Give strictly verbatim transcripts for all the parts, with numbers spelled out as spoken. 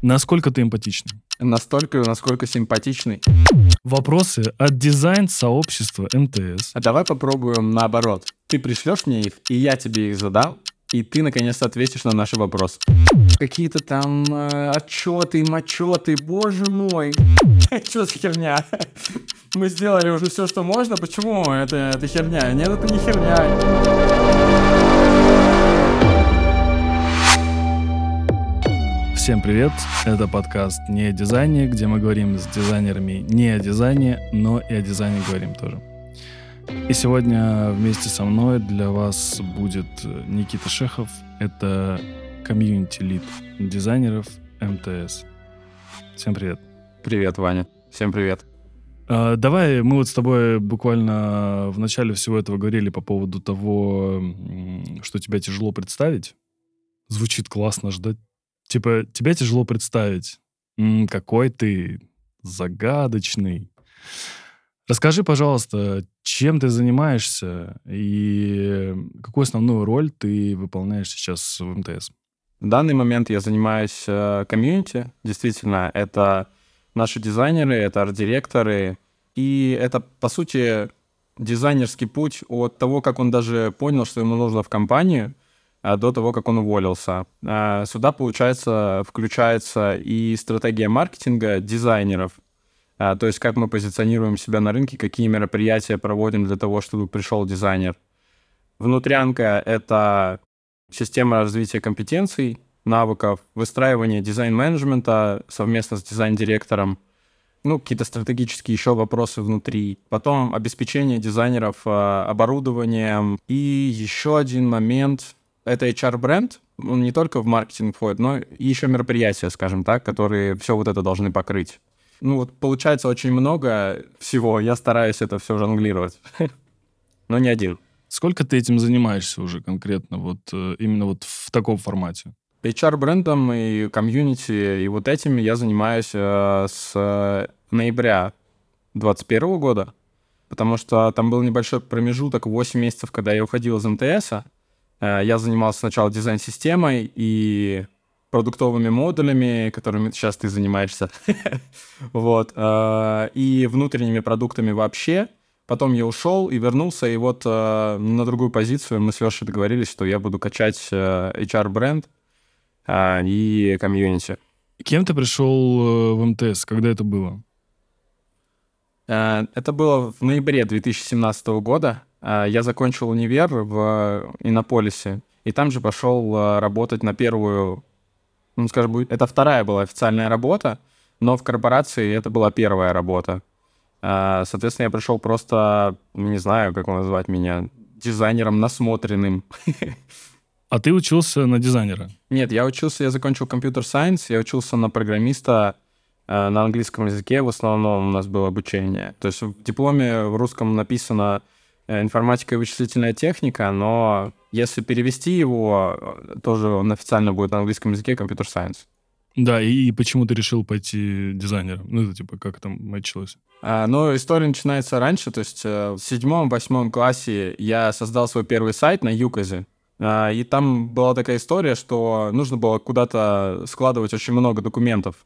Насколько ты эмпатичный? Настолько, насколько симпатичный. Вопросы от дизайн-сообщества эм тэ эс. А давай попробуем наоборот. Ты пришлешь мне их, и я тебе их задам, и ты наконец-то ответишь на наши вопросы. Какие-то там э, отчеты, мочеты, боже мой. Что за херня? Мы сделали уже все, что можно. Почему это, это херня? Нет, это не херня. Всем привет, это подкаст «Не о дизайне», где мы говорим с дизайнерами не о дизайне, но и о дизайне говорим тоже. И сегодня вместе со мной для вас будет Никита Шехов, это комьюнити-лид дизайнеров эм тэ эс. Всем привет. Привет, Ваня. Всем привет. А, давай, мы вот с тобой буквально в начале всего этого говорили по поводу того, что тебя тяжело представить. Звучит классно ждать. Типа, тебя тяжело представить. М, какой ты загадочный. Расскажи, пожалуйста, чем ты занимаешься и какую основную роль ты выполняешь сейчас в эм тэ эс? В данный момент я занимаюсь э, комьюнити. Действительно, это наши дизайнеры, это арт-директоры. И это, по сути, дизайнерский путь от того, как он даже понял, что ему нужно в компанию, до того, как он уволился. Сюда, получается, включается и стратегия маркетинга дизайнеров, то есть как мы позиционируем себя на рынке, какие мероприятия проводим для того, чтобы пришел дизайнер. Внутрянка — это система развития компетенций, навыков, выстраивание дизайн-менеджмента совместно с дизайн-директором, ну, какие-то стратегические еще вопросы внутри. Потом обеспечение дизайнеров оборудованием. И еще один момент — это эйч ар-бренд, он не только в маркетинг входит, но и еще мероприятия, скажем так, которые все вот это должны покрыть. Ну вот получается очень много всего, я стараюсь это все жонглировать, но не один. Сколько ты этим занимаешься уже конкретно, вот именно вот в таком формате? эйч ар-брендом и комьюнити, и вот этим я занимаюсь э, с ноября двадцать первого года, потому что там был небольшой промежуток, восемь месяцев, когда я уходил из эм тэ эса. Я занимался сначала дизайн-системой и продуктовыми модулями, которыми сейчас ты занимаешься, вот, и внутренними продуктами вообще. Потом я ушел и вернулся, и вот на другую позицию мы с Лешей договорились, что я буду качать эйч ар-бренд и комьюнити. Кем ты пришел в эм тэ эс? Когда это было? Это было в ноябре две тысячи семнадцатого года. Я закончил универ в Иннополисе, и там же пошел работать на первую, ну, скажем, это вторая была официальная работа, но в корпорации это была первая работа. Соответственно, я пришел просто, не знаю, как назвать меня, дизайнером насмотренным. А ты учился на дизайнера? Нет, я учился, я закончил компьютер-сайенс, я учился на программиста на английском языке, в основном у нас было обучение. То есть в дипломе в русском написано информатика и вычислительная техника, но если перевести его, тоже он официально будет на английском языке компьютер-сайенс. Да, и, и почему ты решил пойти дизайнером? Ну, это типа, как там началось? А, ну, история начинается раньше, то есть в седьмом-восьмом классе я создал свой первый сайт на Юкозе, а, и там была такая история, что нужно было куда-то складывать очень много документов,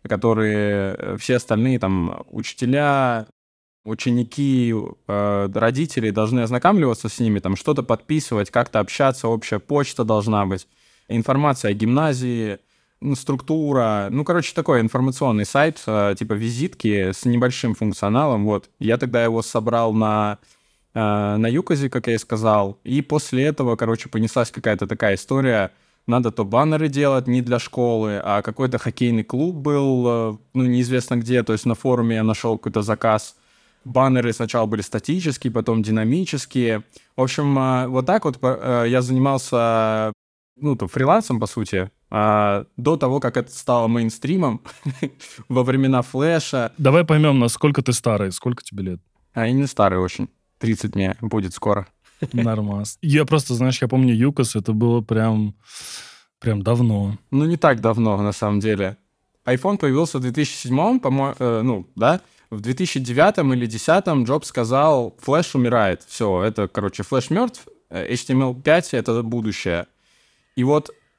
которые все остальные, там, учителя, ученики, э, родители должны ознакомливаться с ними, там, что-то подписывать, как-то общаться, общая почта должна быть, информация о гимназии, ну, структура, ну, короче, такой информационный сайт, э, типа визитки с небольшим функционалом, вот. Я тогда его собрал на, э, на Юкозе, как я и сказал, и после этого, короче, понеслась какая-то такая история. Надо то баннеры делать не для школы, а какой-то хоккейный клуб был, ну, неизвестно где, то есть на форуме я нашел какой-то заказ. Баннеры сначала были статические, потом динамические. В общем, вот так вот я занимался, ну, то, фрилансом, по сути, до того, как это стало мейнстримом во времена флэша. Давай поймем, насколько ты старый, сколько тебе лет? А я не старый очень, тридцать мне будет скоро. Нормас. Я просто, знаешь, я помню Юкос, это было прям, прям давно. Ну, не так давно, на самом деле. iPhone появился в две тысячи седьмом, по-моему, э, ну, да, в две тысячи девятом или две тысячи десятом Джобс сказал, флэш умирает, все, это, короче, флэш мертв, эйч ти эм эл пять — это будущее. И вот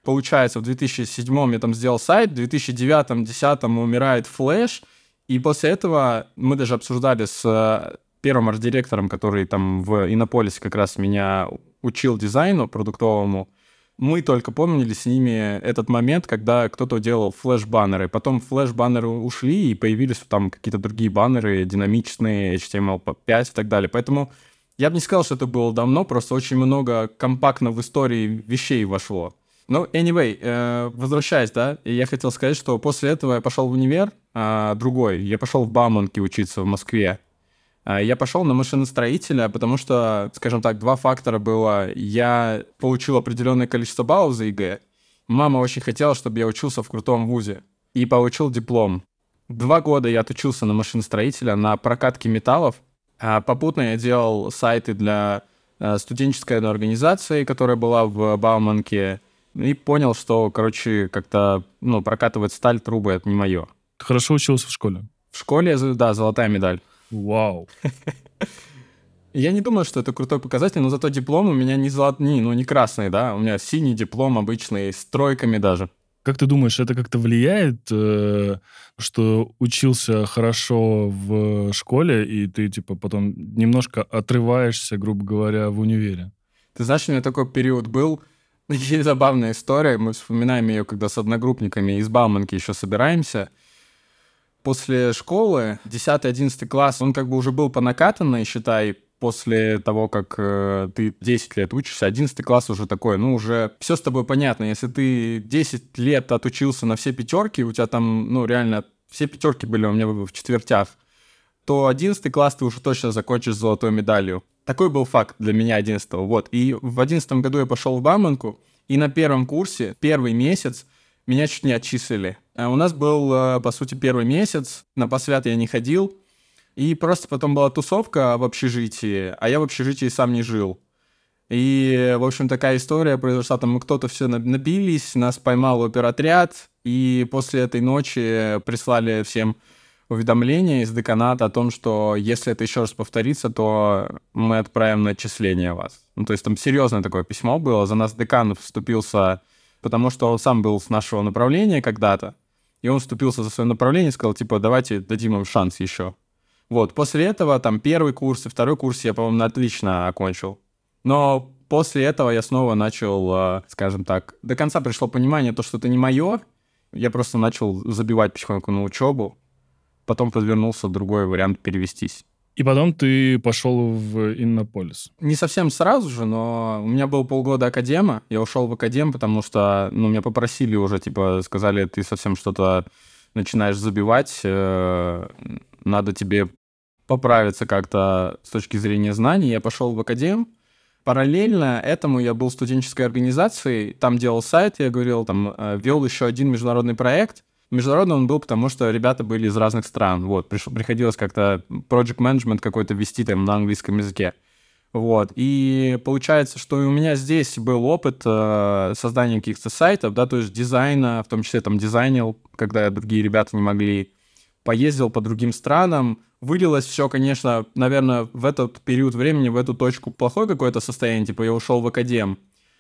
Получается, в две тысячи седьмом я там сделал сайт, в две тысячи девятом-две тысячи десятом умирает Flash, и после этого мы даже обсуждали с э, первым арт-директором, который там в Иннополисе как раз меня учил дизайну продуктовому. Мы только помнили с ними этот момент, когда кто-то делал флеш-баннеры. Потом флеш-баннеры ушли, и появились там какие-то другие баннеры, динамичные, эйч ти эм эл пять и так далее. Поэтому я бы не сказал, что это было давно, просто очень много компактно в истории вещей вошло. Ну, anyway, э, возвращаясь, да, я хотел сказать, что после этого я пошел в универ, э, другой, я пошел в Бауманке учиться в Москве. Э, я пошел на машиностроителя, потому что, скажем так, два фактора было. Я получил определенное количество баллов за ЕГЭ. Мама очень хотела, чтобы я учился в крутом вузе. И получил диплом. Два года я отучился на машиностроителя, на прокатке металлов. А попутно я делал сайты для э, студенческой организации, которая была в Бауманке. И понял, что, короче, как-то, ну, прокатывать сталь, трубы — это не мое. Ты хорошо учился в школе? В школе, да, золотая медаль. Вау. Я не думаю, что это крутой показатель, но зато диплом у меня не золотой, ну, не красный, да, у меня синий диплом обычный, с тройками даже. Как ты думаешь, это как-то влияет, э, что учился хорошо в школе, и ты, типа, потом немножко отрываешься, грубо говоря, в универе? Ты знаешь, у меня такой период был. Есть забавная история, мы вспоминаем ее, когда с одногруппниками из Бауманки еще собираемся. После школы, десятый-одиннадцатый класс, он как бы уже был по накатанной, считай, после того, как э, ты десять лет учишься. одиннадцатый класс уже такой, ну, уже все с тобой понятно. Если ты десять лет отучился на все пятерки, у тебя там, ну, реально, все пятерки были у меня в четвертях, то одиннадцатый класс ты уже точно закончишь с золотой медалью. Такой был факт для меня одиннадцатого. Вот. И в одиннадцатом году я пошел в Бауманку, и на первом курсе, первый месяц, меня чуть не отчислили. А у нас был, по сути, первый месяц, на посвят я не ходил, и просто потом была тусовка в общежитии, а я в общежитии сам не жил. И, в общем, такая история произошла, там мы кто-то все набились, нас поймал оперотряд, и после этой ночи прислали всем уведомление из деканата о том, что если это еще раз повторится, то мы отправим на отчисление вас. Ну, то есть там серьезное такое письмо было, за нас декан вступился, потому что он сам был с нашего направления когда-то, и он вступился за свое направление и сказал, типа, давайте дадим им шанс еще. Вот, после этого там первый курс и второй курс я, по-моему, отлично окончил. Но после этого я снова начал, скажем так, до конца пришло понимание, то, что это не мое, я просто начал забивать потихоньку на учебу, потом подвернулся другой вариант перевестись. И потом ты пошел в Иннополис. Не совсем сразу же, но у меня был полгода академа, я ушел в академ, потому что, ну, меня попросили уже, типа, сказали, ты совсем что-то начинаешь забивать, э, надо тебе поправиться как-то с точки зрения знаний. Я пошел в академ. Параллельно этому я был в студенческой организации, там делал сайт, я говорил, там вел еще один международный проект. Международный он был, потому что ребята были из разных стран. Вот, приш- приходилось как-то project management какой-то вести там на английском языке. Вот, и получается, что и у меня здесь был опыт э, создания каких-то сайтов, да, то есть дизайна, в том числе там дизайнил, когда другие ребята не могли. Поездил по другим странам. Вылилось все, конечно, наверное, в этот период времени, в эту точку плохое какое-то состояние, типа я ушел в академ.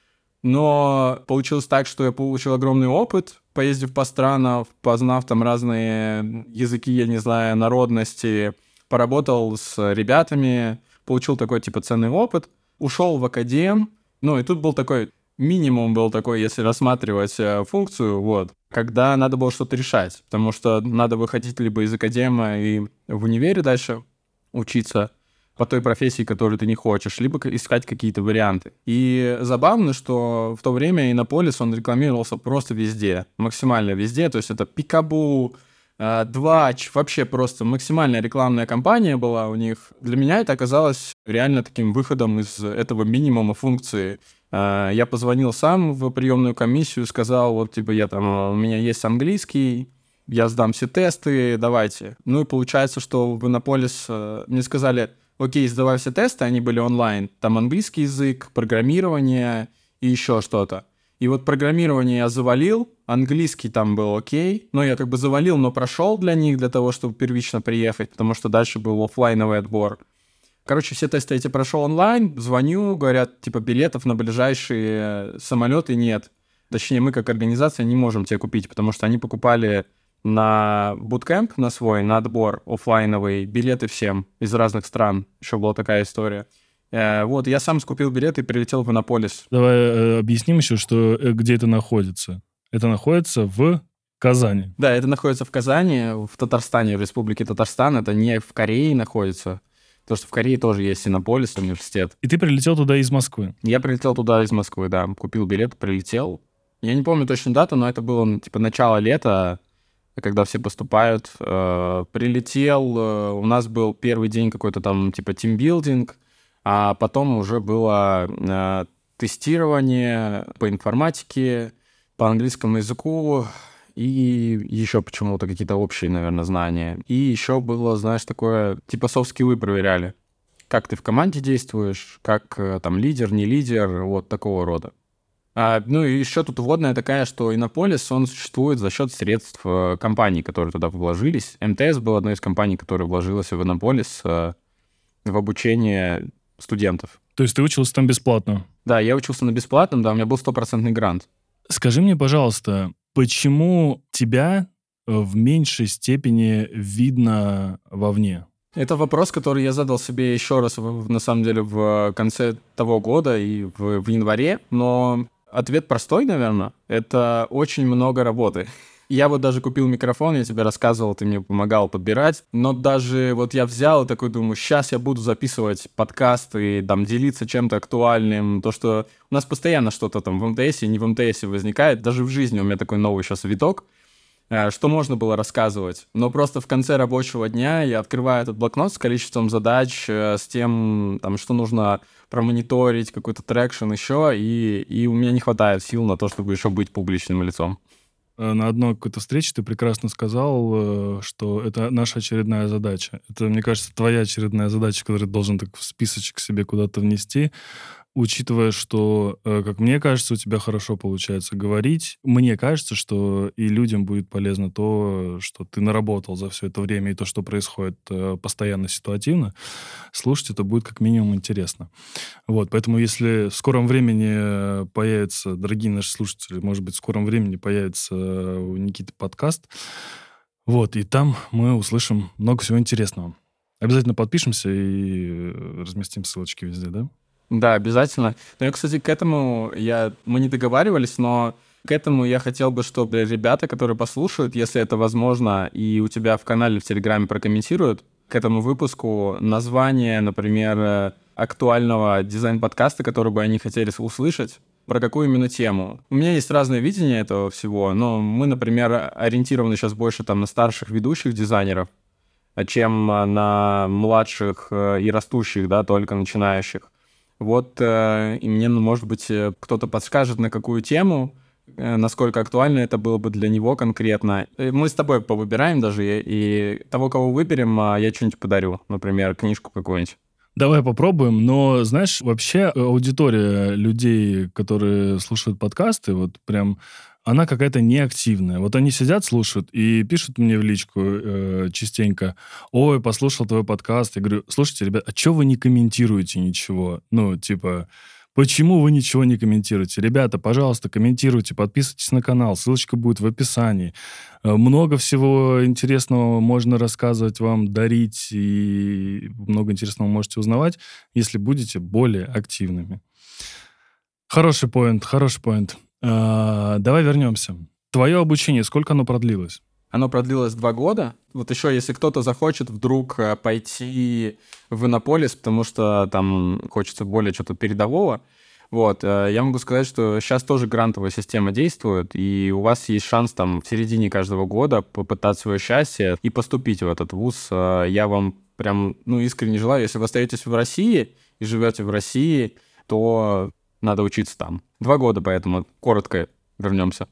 Но получилось так, что я получил огромный опыт, поездив по странам, познав там разные языки, я не знаю, народности, поработал с ребятами, получил такой, типа, ценный опыт, ушел в академ. Ну, и тут был такой, минимум был такой, если рассматривать э, функцию, вот, когда надо было что-то решать, потому что надо выходить либо из академа и в универе дальше учиться по той профессии, которую ты не хочешь, либо искать какие-то варианты. И забавно, что в то время Иннополис, он рекламировался просто везде, максимально везде, то есть это Пикабу, Двач, вообще просто максимальная рекламная кампания была у них. Для меня это оказалось реально таким выходом из этого минимума функции. Я позвонил сам в приемную комиссию, сказал, вот, типа, я там, у меня есть английский, я сдам все тесты, давайте. Ну и получается, что в Иннополис мне сказали, окей, сдавай все тесты, они были онлайн. Там английский язык, программирование и еще что-то. И вот программирование я завалил, английский там был окей, но я как бы завалил, но прошел для них, для того, чтобы первично приехать, потому что дальше был офлайновый отбор. Короче, все тесты эти прошел онлайн, звоню, говорят, типа, билетов на ближайшие самолеты нет. Точнее, мы как организация не можем тебе купить, потому что они покупали на буткэмп, на свой, на отбор оффлайновый, билеты всем из разных стран. Еще была такая история. Э, вот, я сам скупил билеты и прилетел в Иннополис. Давай э, объясним еще, что, э, где это находится. Это находится в Казани. Да, это находится в Казани, в Татарстане, в Республике Татарстан. Это не в Корее находится, потому что в Корее тоже есть Иннополис, университет. И ты прилетел туда из Москвы. Я прилетел туда из Москвы, да. Купил билет, прилетел. Я не помню точно дату, но это было, типа, начало лета, когда все поступают. Э, прилетел, э, у нас был первый день какой-то там, типа, тимбилдинг, а потом уже было э, тестирование по информатике, по английскому языку и еще почему-то какие-то общие, наверное, знания. И еще было, знаешь, такое, типа, софт-скиллы проверяли. Как ты в команде действуешь, как э, там лидер, не лидер, вот такого рода. А, ну и еще тут вводная такая, что Иннополис, он существует за счет средств э, компаний, которые туда вложились. МТС был одной из компаний, которая вложилась в Иннополис э, в обучение студентов. То есть ты учился там бесплатно? Да, я учился на бесплатном, да, у меня был стопроцентный грант. Скажи мне, пожалуйста, почему тебя э, в меньшей степени видно вовне? Это вопрос, который я задал себе еще раз, в- на самом деле, в конце того года и в, в январе, но ответ простой, наверное. Это очень много работы. Я вот даже купил микрофон, я тебе рассказывал, ты мне помогал подбирать, но даже вот я взял и такой думаю, сейчас я буду записывать подкасты, там, делиться чем-то актуальным, то, что у нас постоянно что-то там в МТСе, не в МТСе возникает, даже в жизни у меня такой новый сейчас виток, э, что можно было рассказывать. Но просто в конце рабочего дня я открываю этот блокнот с количеством задач, э, с тем, там, что нужно промониторить, какой-то трекшн еще, и, и у меня не хватает сил на то, чтобы еще быть публичным лицом. Э, На одной какой-то встрече ты прекрасно сказал, э, что это наша очередная задача. Это, мне кажется, твоя очередная задача, которую ты должен так в списочек себе куда-то внести. Учитывая, что, э, как мне кажется, у тебя хорошо получается говорить, мне кажется, что и людям будет полезно то, что ты наработал за все это время, и то, что происходит э, постоянно ситуативно. Слушать это будет как минимум интересно. Вот, поэтому если в скором времени э, появится, дорогие наши слушатели, может быть, в скором времени появится э, у Никиты подкаст, вот, и там мы услышим много всего интересного. Обязательно подпишемся и э, разместим ссылочки везде, да? Да, обязательно. Но я, кстати, к этому, я, мы не договаривались, но к этому я хотел бы, чтобы ребята, которые послушают, если это возможно, и у тебя в канале в Телеграме прокомментируют к этому выпуску название, например, э, актуального дизайн-подкаста, который бы они хотели услышать, про какую именно тему. У меня есть разное видение этого всего, но мы, например, ориентированы сейчас больше там на старших ведущих дизайнеров, а чем а, на младших э, и растущих, да, только начинающих. Вот, э, и мне, ну, может быть, э, кто-то подскажет, на какую тему, э, насколько актуально это было бы для него конкретно. Э, Мы с тобой повыбираем даже, и, и того, кого выберем, а, я что-нибудь подарю, например, книжку какую-нибудь. Давай попробуем, но, знаешь, вообще э, аудитория людей, которые слушают подкасты, вот прям, она какая-то неактивная. Вот они сидят, слушают и пишут мне в личку э, частенько: ой, послушал твой подкаст. Я говорю: слушайте, ребят, а что вы не комментируете ничего? Ну, типа, почему вы ничего не комментируете? Ребята, пожалуйста, комментируйте, подписывайтесь на канал, ссылочка будет в описании. Э, Много всего интересного можно рассказывать вам, дарить, и много интересного можете узнавать, если будете более активными. Хороший поинт, хороший поинт. А, Давай вернемся. Твое обучение, сколько оно продлилось? Оно продлилось два года. Вот еще, если кто-то захочет вдруг э, пойти в Иннополис, потому что там хочется более что-то передового, вот, э, я могу сказать, что сейчас тоже грантовая система действует, и у вас есть шанс там в середине каждого года попытать свое счастье и поступить в этот вуз. Э, Я вам прям, ну, искренне желаю, если вы остаетесь в России и живете в России, то надо учиться там. Два года, поэтому коротко вернемся.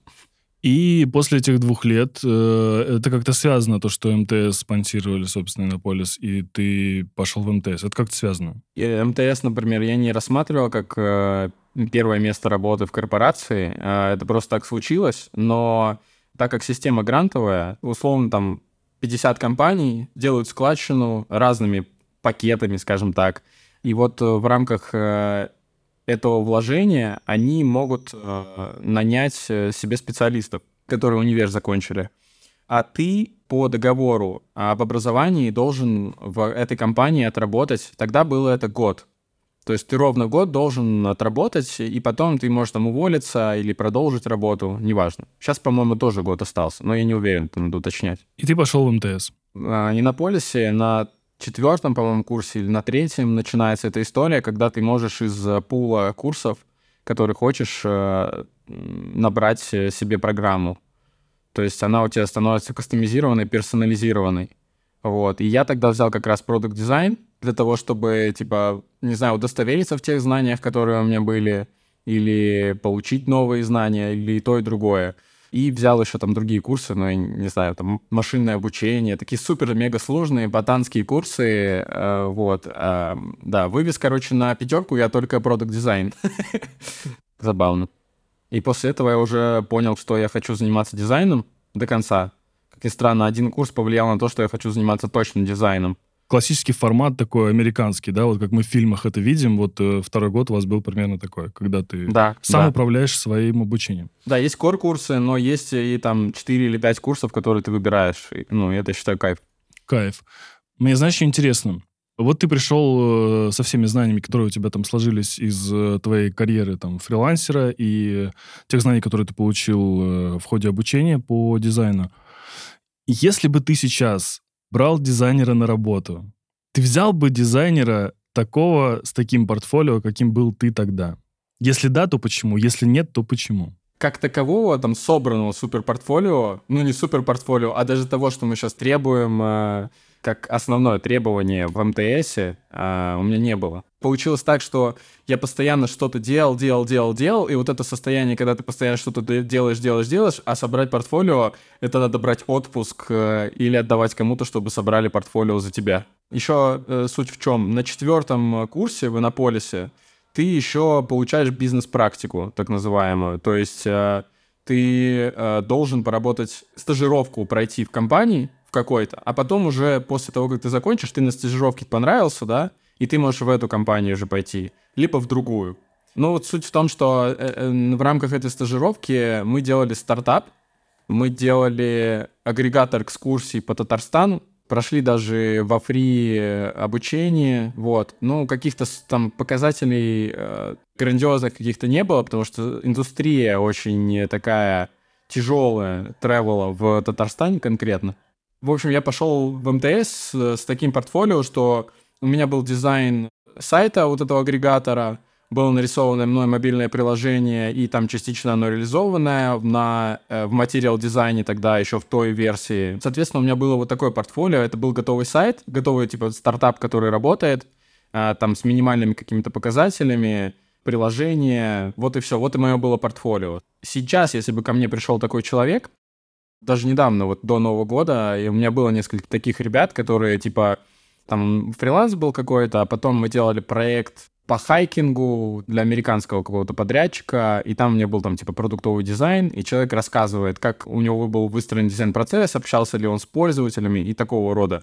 И после этих двух лет э, это как-то связано, то, что МТС спонсировали, собственно, Иннополис, и ты пошел в МТС. Это как-то связано? И МТС, например, я не рассматривал как э, первое место работы в корпорации. Э, это просто так случилось. Но так как система грантовая, условно, там пятьдесят компаний делают складчину разными пакетами, скажем так. И вот э, в рамках э, этого вложения они могут э, нанять себе специалистов, которые универ закончили. А ты по договору об образовании должен в этой компании отработать, тогда было это год. То есть ты ровно год должен отработать, и потом ты можешь там уволиться или продолжить работу, неважно. Сейчас, по-моему, тоже год остался, но я не уверен, это надо уточнять. И ты пошел в МТС. А, не на полисе, на четвертом, по-моему, курсе или на третьем начинается эта история, когда ты можешь из пула курсов, которые хочешь, набрать себе программу. То есть она у тебя становится кастомизированной, персонализированной. Вот. И я тогда взял как раз продакт-дизайн для того, чтобы, типа, не знаю, удостовериться в тех знаниях, которые у меня были, или получить новые знания, или и то, и другое. И взял еще там другие курсы, ну, я не знаю, там машинное обучение, такие супер-мега сложные ботанские курсы, э, вот. Э, да, вывез, короче, на пятерку я только продакт-дизайн. Забавно. И после этого я уже понял, что я хочу заниматься дизайном до конца. Как ни странно, один курс повлиял на то, что я хочу заниматься точно дизайном. Классический формат такой американский, да, вот как мы в фильмах это видим, вот э, второй год у вас был примерно такой, когда ты да, сам да. управляешь своим обучением. Да, есть кор-курсы, но есть и там четыре или пять курсов, которые ты выбираешь. И, ну, это, я считаю, кайф. Кайф. Мне, знаешь, что интересно? Вот ты пришел э, со всеми знаниями, которые у тебя там сложились из э, твоей карьеры там фрилансера и тех знаний, которые ты получил э, в ходе обучения по дизайну. Если бы ты сейчас брал дизайнера на работу, ты взял бы дизайнера такого, с таким портфолио, каким был ты тогда? Если да, то почему? Если нет, то почему? Как такового там собранного суперпортфолио, ну не суперпортфолио, а даже того, что мы сейчас требуем, э, как основное требование в МТСе, э, у меня не было. Получилось так, что я постоянно что-то делал, делал, делал, делал, и вот это состояние, когда ты постоянно что-то делаешь, делаешь, делаешь, а собрать портфолио, это надо брать отпуск э, или отдавать кому-то, чтобы собрали портфолио за тебя. Еще э, суть в чем? На четвертом курсе в Иннополисе ты еще получаешь бизнес-практику, так называемую. То есть э, ты э, должен поработать, стажировку пройти в компании в какой-то, а потом уже после того, как ты закончишь, ты на стажировке понравился, да, и ты можешь в эту компанию уже пойти, либо в другую. Ну вот суть в том, что э, э, в рамках этой стажировки мы делали стартап, мы делали агрегатор экскурсий по Татарстану, прошли даже во фри обучение, вот. Ну, каких-то там показателей э, грандиозных каких-то не было, потому что индустрия очень такая тяжелая, тревела в Татарстане конкретно. В общем, я пошел в МТС с, с таким портфолио, что у меня был дизайн сайта вот этого агрегатора, было нарисованное мной мобильное приложение, и там частично оно реализованное на, э, в материал-дизайне тогда еще в той версии. Соответственно, у меня было вот такое портфолио, это был готовый сайт, готовый типа стартап, который работает, э, там с минимальными какими-то показателями, приложение, вот и все, вот и мое было портфолио. Сейчас, если бы ко мне пришел такой человек, даже недавно, вот до Нового года, и у меня было несколько таких ребят, которые типа, там фриланс был какой-то, а потом мы делали проект по хайкингу для американского какого-то подрядчика, и там у меня был там типа продуктовый дизайн, и человек рассказывает, как у него был выстроен дизайн-процесс, общался ли он с пользователями и такого рода.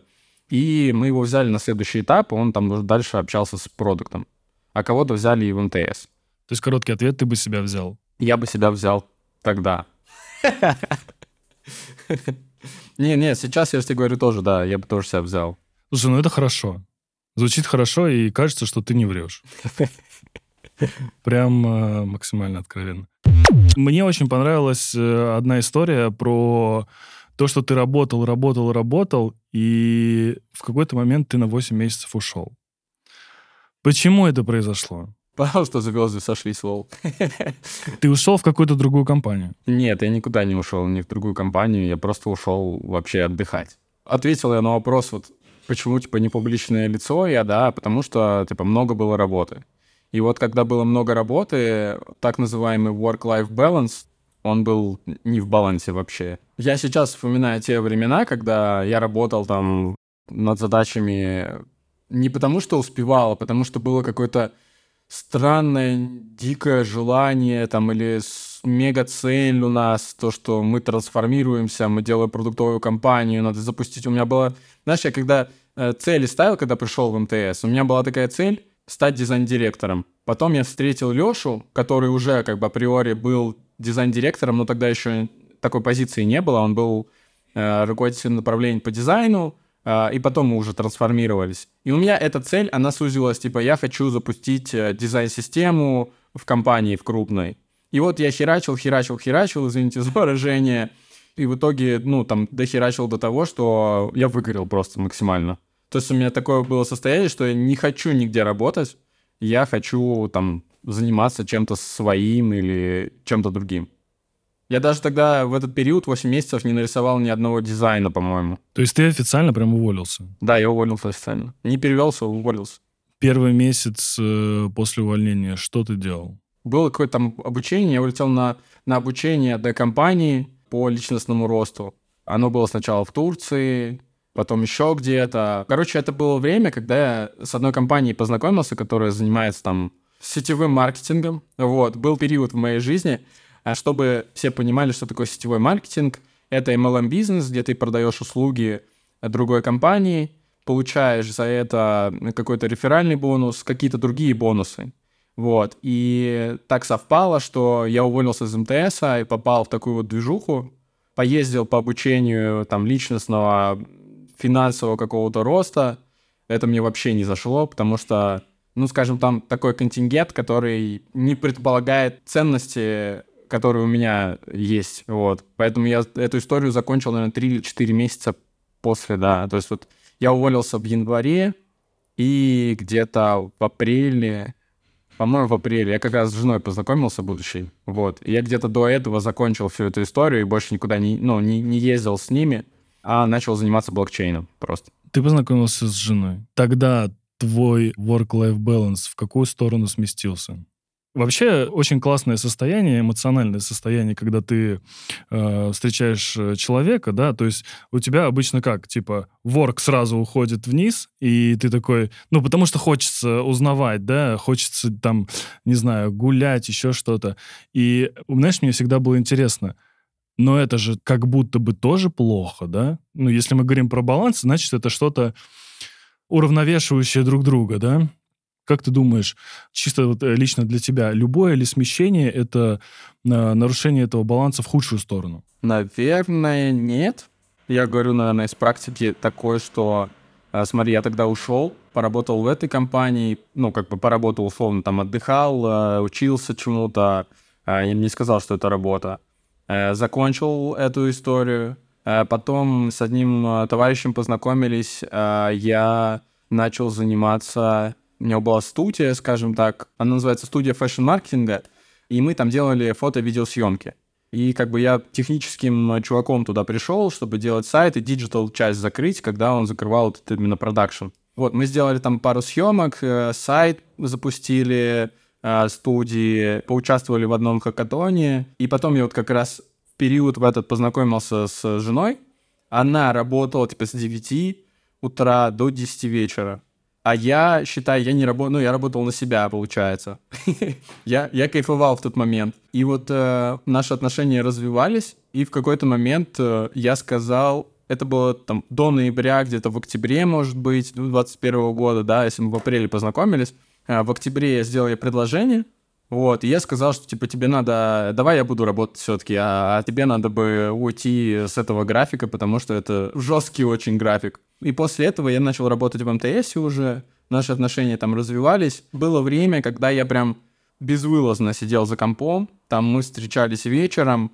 И мы его взяли на следующий этап, и он там уже дальше общался с продуктом. А кого-то взяли и в МТС. То есть короткий ответ, ты бы себя взял? Я бы себя взял тогда. Не-не, сейчас я тебе говорю тоже, да, я бы тоже себя взял. Слушай, ну это хорошо. Звучит хорошо, и кажется, что ты не врешь. Прям э, максимально откровенно. Мне очень понравилась э, одна история про то, что ты работал, работал, работал, и в какой-то момент ты на восемь месяцев ушел. Почему это произошло? Потому что звезды сошлись, лол. Ты ушел в какую-то другую компанию? Нет, я никуда не ушел, ни в другую компанию, я просто ушел вообще отдыхать. Ответил я на вопрос, вот, почему, типа, не публичное лицо я, да, потому что, типа, много было работы. И вот когда было много работы, так называемый work-life balance, он был не в балансе вообще. Я сейчас вспоминаю те времена, когда я работал там над задачами не потому, что успевал, а потому что было какое-то странное, дикое желание там или мега-цель у нас, то, что мы трансформируемся, мы делаем продуктовую компанию, надо запустить. У меня была... Знаешь, я когда э, цели ставил, когда пришел в МТС, у меня была такая цель стать дизайн-директором. Потом я встретил Лёшу, который уже как бы априори был дизайн-директором, но тогда еще такой позиции не было. Он был э, руководителем направления по дизайну, э, и потом мы уже трансформировались. И у меня эта цель, она сузилась, типа, я хочу запустить э, дизайн-систему в компании, в крупной. И вот я херачил, херачил, херачил, извините за выражение, и в итоге, ну, там, дохерачил до того, что я выгорел просто максимально. То есть у меня такое было состояние, что я не хочу нигде работать, я хочу, там, заниматься чем-то своим или чем-то другим. Я даже тогда в этот период, восемь месяцев, не нарисовал ни одного дизайна, по-моему. То есть ты официально прям уволился? Да, я уволился официально. Не перевелся, уволился. Первый месяц э, после увольнения что ты делал? Было какое-то там обучение, я улетел на, на обучение до компании по личностному росту. Оно было сначала в Турции, потом еще где-то. Короче, это было время, когда я с одной компанией познакомился, которая занимается там сетевым маркетингом. Вот, был период в моей жизни, чтобы все понимали, что такое сетевой маркетинг. Это эм эл эм-бизнес, где ты продаешь услуги другой компании, получаешь за это какой-то реферальный бонус, какие-то другие бонусы. Вот, и так совпало, что я уволился из эм тэ эс и попал в такую вот движуху, поездил по обучению там личностного, финансового какого-то роста. Это мне вообще не зашло, потому что, ну, скажем, там такой контингент, который не предполагает ценности, которые у меня есть, вот. Поэтому я эту историю закончил, наверное, три или четыре месяца после, да. То есть вот я уволился в январе, и где-то в апреле... По-моему, в апреле. Я как раз с женой познакомился будущей. Вот. И я где-то до этого закончил всю эту историю и больше никуда не, ну, не, не ездил с ними, а начал заниматься блокчейном просто. Ты познакомился с женой. Тогда твой work-life balance в какую сторону сместился? Вообще, очень классное состояние, эмоциональное состояние, когда ты э, встречаешь человека, да, то есть у тебя обычно как, типа, work сразу уходит вниз, и ты такой, ну, потому что хочется узнавать, да, хочется там, не знаю, гулять, еще что-то. И, знаешь, мне всегда было интересно, но это же как будто бы тоже плохо, да? Ну, если мы говорим про баланс, значит, это что-то уравновешивающее друг друга, да? Как ты думаешь, чисто вот лично для тебя, любое ли смещение — это э, нарушение этого баланса в худшую сторону? Наверное, нет. Я говорю, наверное, из практики такое, что, э, смотри, я тогда ушел, поработал в этой компании, ну, как бы поработал условно, там, отдыхал, э, учился чему-то, э, я не сказал, что это работа. Э, закончил эту историю, э, потом с одним э, товарищем познакомились, э, я начал заниматься... У меня была студия, скажем так, она называется студия фэшн-маркетинга, и мы там делали фото-видеосъемки. И как бы я техническим чуваком туда пришел, чтобы делать сайт и диджитал-часть закрыть, когда он закрывал вот именно продакшн. Вот, мы сделали там пару съемок, э, сайт запустили, э, студии, поучаствовали в одном хакатоне, и потом я вот как раз в период в этот познакомился с женой. Она работала типа с девяти утра до десяти вечера. А я, считай, я не работал, ну, я работал на себя, получается. я, я кайфовал в тот момент. И вот э, наши отношения развивались, и в какой-то момент э, я сказал, это было там до ноября, где-то в октябре, может быть, двадцать первого года, да, если мы в апреле познакомились. Э, в октябре я сделал ей предложение, вот, и я сказал, что, типа, тебе надо, давай я буду работать все-таки, а, а тебе надо бы уйти с этого графика, потому что это жесткий очень график. И после этого я начал работать в эм тэ эс уже, наши отношения там развивались. Было время, когда я прям безвылазно сидел за компом, там мы встречались вечером,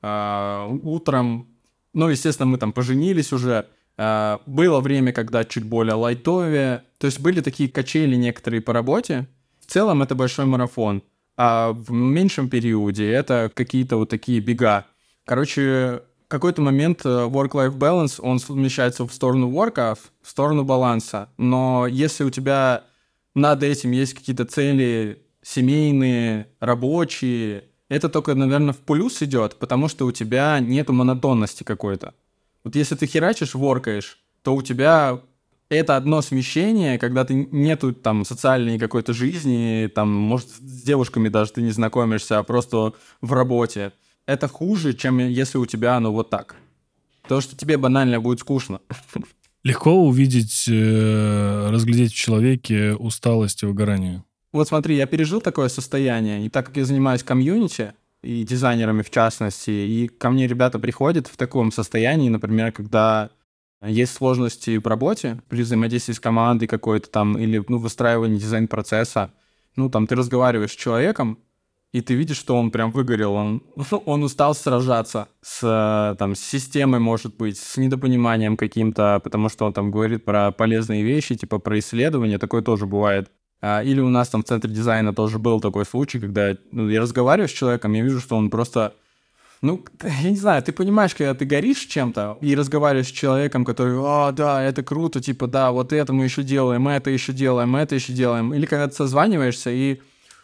э, утром, ну, естественно, мы там поженились уже. Э, было время, когда чуть более лайтовее, то есть были такие качели некоторые по работе. В целом это большой марафон, а в меньшем периоде это какие-то вот такие бега. Короче... В какой-то момент work-life balance, он смещается в сторону work, в сторону баланса. Но если у тебя над этим есть какие-то цели семейные, рабочие, это только, наверное, в плюс идет, потому что у тебя нету монотонности какой-то. Вот если ты херачишь, воркаешь, то у тебя это одно смещение, когда ты нету там социальной какой-то жизни, там, может, с девушками даже ты не знакомишься, а просто в работе. Это хуже, чем если у тебя оно вот так. Потому что тебе банально будет скучно. Легко увидеть, э, разглядеть в человеке усталость и выгорание. Вот смотри, я пережил такое состояние, и так как я занимаюсь комьюнити, и дизайнерами в частности, и ко мне ребята приходят в таком состоянии, например, когда есть сложности в работе, при взаимодействии с командой какой-то там, или, ну, выстраивании дизайн-процесса, ну, там, ты разговариваешь с человеком, и ты видишь, что он прям выгорел, он, он устал сражаться с, там, с системой, может быть, с недопониманием каким-то, потому что он там говорит про полезные вещи, типа про исследования, такое тоже бывает. А, Или у нас там в центре дизайна тоже был такой случай, когда ну, я разговариваю с человеком, я вижу, что он просто... Ну, я не знаю, ты понимаешь, когда ты горишь чем-то и разговариваешь с человеком, который, о, да, это круто, типа, да, вот это мы еще делаем, это еще делаем, это еще делаем. Или когда ты созваниваешься и,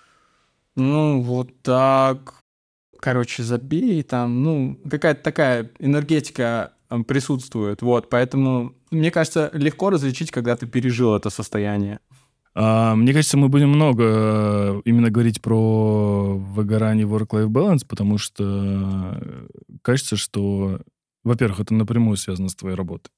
ну, вот так, короче, забей там, ну, какая-то такая энергетика м, присутствует, вот, поэтому, мне кажется, легко различить, когда ты пережил это состояние. А, мне кажется, мы будем много э, именно говорить про выгорание work-life balance, потому что э, кажется, что, во-первых, это напрямую связано с твоей работой.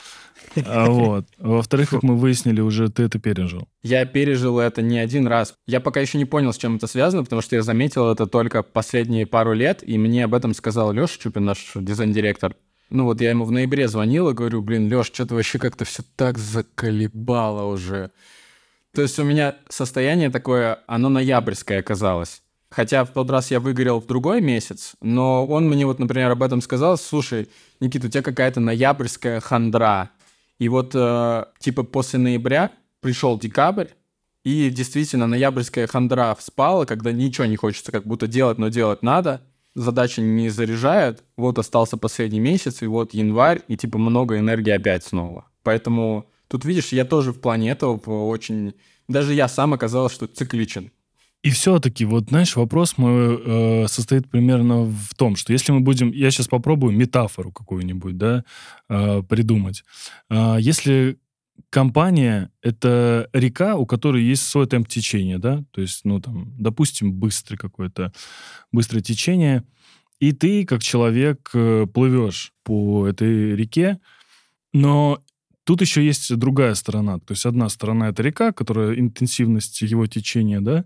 А вот. Во-вторых, как мы выяснили, уже ты это пережил. Я пережил это не один раз. Я пока еще не понял, с чем это связано, потому что я заметил это только последние пару лет, и мне об этом сказал Леша Чупин, наш дизайн-директор. Ну вот я ему в ноябре звонил и говорю, блин, Леш, что-то вообще как-то все так заколебало уже. То есть у меня состояние такое, оно ноябрьское оказалось. Хотя в тот раз я выгорел в другой месяц, но он мне вот, например, об этом сказал, слушай, Никита, у тебя какая-то ноябрьская хандра. И вот э, типа после ноября пришел декабрь, и действительно ноябрьская хандра вспала, когда ничего не хочется как будто делать, но делать надо. Задачи не заряжают. Вот остался последний месяц, и вот январь, и типа много энергии опять снова. Поэтому тут, видишь, я тоже в плане этого очень... Даже я сам оказалось, что цикличен. И все-таки, вот, знаешь, вопрос мой э, состоит примерно в том, что если мы будем... Я сейчас попробую метафору какую-нибудь, да, э, придумать. А, если компания — это река, у которой есть свой темп течения, да, то есть, ну, там, допустим, быстрый какой-то, быстрое течение, и ты, как человек, э, плывешь по этой реке, но тут еще есть другая сторона. То есть одна сторона — это река, которая интенсивность его течения, да,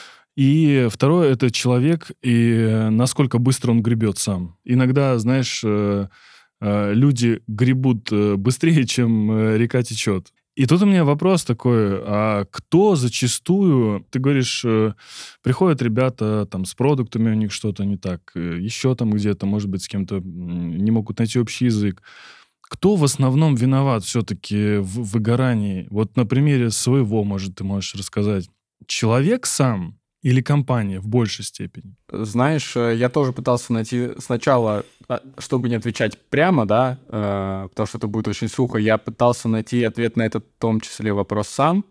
и второе — это человек, и насколько быстро он гребет сам. Иногда, знаешь, э, э, люди гребут э, быстрее, чем э, река течет. И тут у меня вопрос такой, а кто зачастую, ты говоришь, э, приходят ребята там с продуктами, у них что-то не так, э, еще там где-то, может быть, с кем-то м, не могут найти общий язык. Кто в основном виноват все-таки в выгорании? Вот на примере своего, может, ты можешь рассказать. Человек сам или компания в большей степени? Знаешь, э, я тоже пытался найти сначала, а, чтобы не отвечать прямо, да, э, потому что это будет очень сухо, я пытался найти ответ на этот, в том числе, вопрос сам,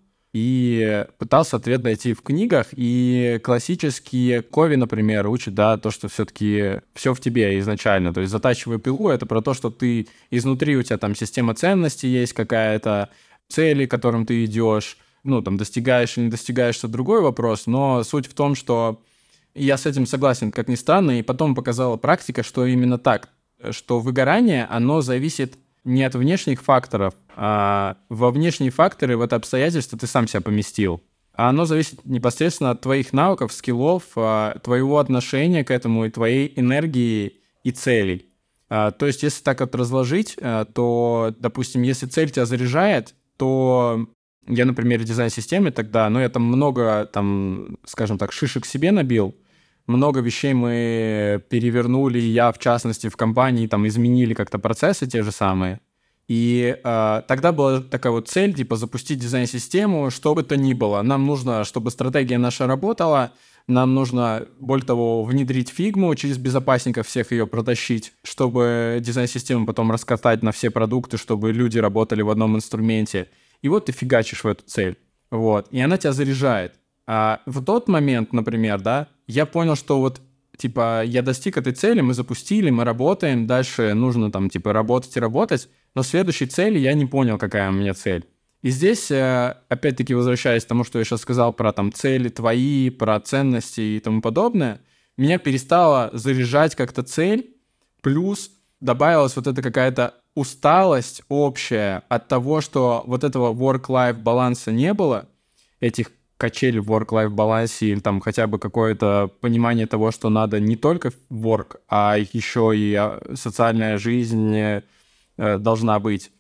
и пытался ответ найти в книгах, и классические Кови, например, учат, да, то, что все-таки все в тебе изначально, то есть затачивая пилу, это про то, что ты изнутри, у тебя там система ценностей есть какая-то, цели, к которым ты идешь, ну, там, достигаешь или не достигаешь, это другой вопрос, но суть в том, что я с этим согласен, как ни странно, и потом показала практика, что именно так, что выгорание, оно зависит не от внешних факторов, а во внешние факторы, в это обстоятельство ты сам себя поместил. А оно зависит непосредственно от твоих навыков, скиллов, а, твоего отношения к этому и твоей энергии и целей. А, То есть, если так вот разложить, а, то, допустим, если цель тебя заряжает, то я, например, в дизайн-системе тогда, ну, я там много, там, скажем так, шишек себе набил, много вещей мы перевернули, я, в частности, в компании, там, изменили как-то процессы те же самые. И э, тогда была такая вот цель, типа, запустить дизайн-систему, что бы то ни было. Нам нужно, чтобы стратегия наша работала, нам нужно, более того, внедрить фигму, через безопасников всех ее протащить, чтобы дизайн-систему потом раскатать на все продукты, чтобы люди работали в одном инструменте. И вот ты фигачишь в эту цель. Вот. И она тебя заряжает. А в тот момент, например, да, я понял, что вот, типа, я достиг этой цели, мы запустили, мы работаем, дальше нужно там, типа, работать и работать, но следующей цели я не понял, какая у меня цель. И здесь, э, опять-таки, возвращаясь к тому, что я сейчас сказал про там цели твои, про ценности и тому подобное, меня перестала заряжать как-то цель, плюс добавилась вот эта какая-то усталость общая от того, что вот этого work-life баланса не было, этих качелей в work-life балансе или там хотя бы какое-то понимание того, что надо не только work, а еще и а, социальная жизнь э, должна быть.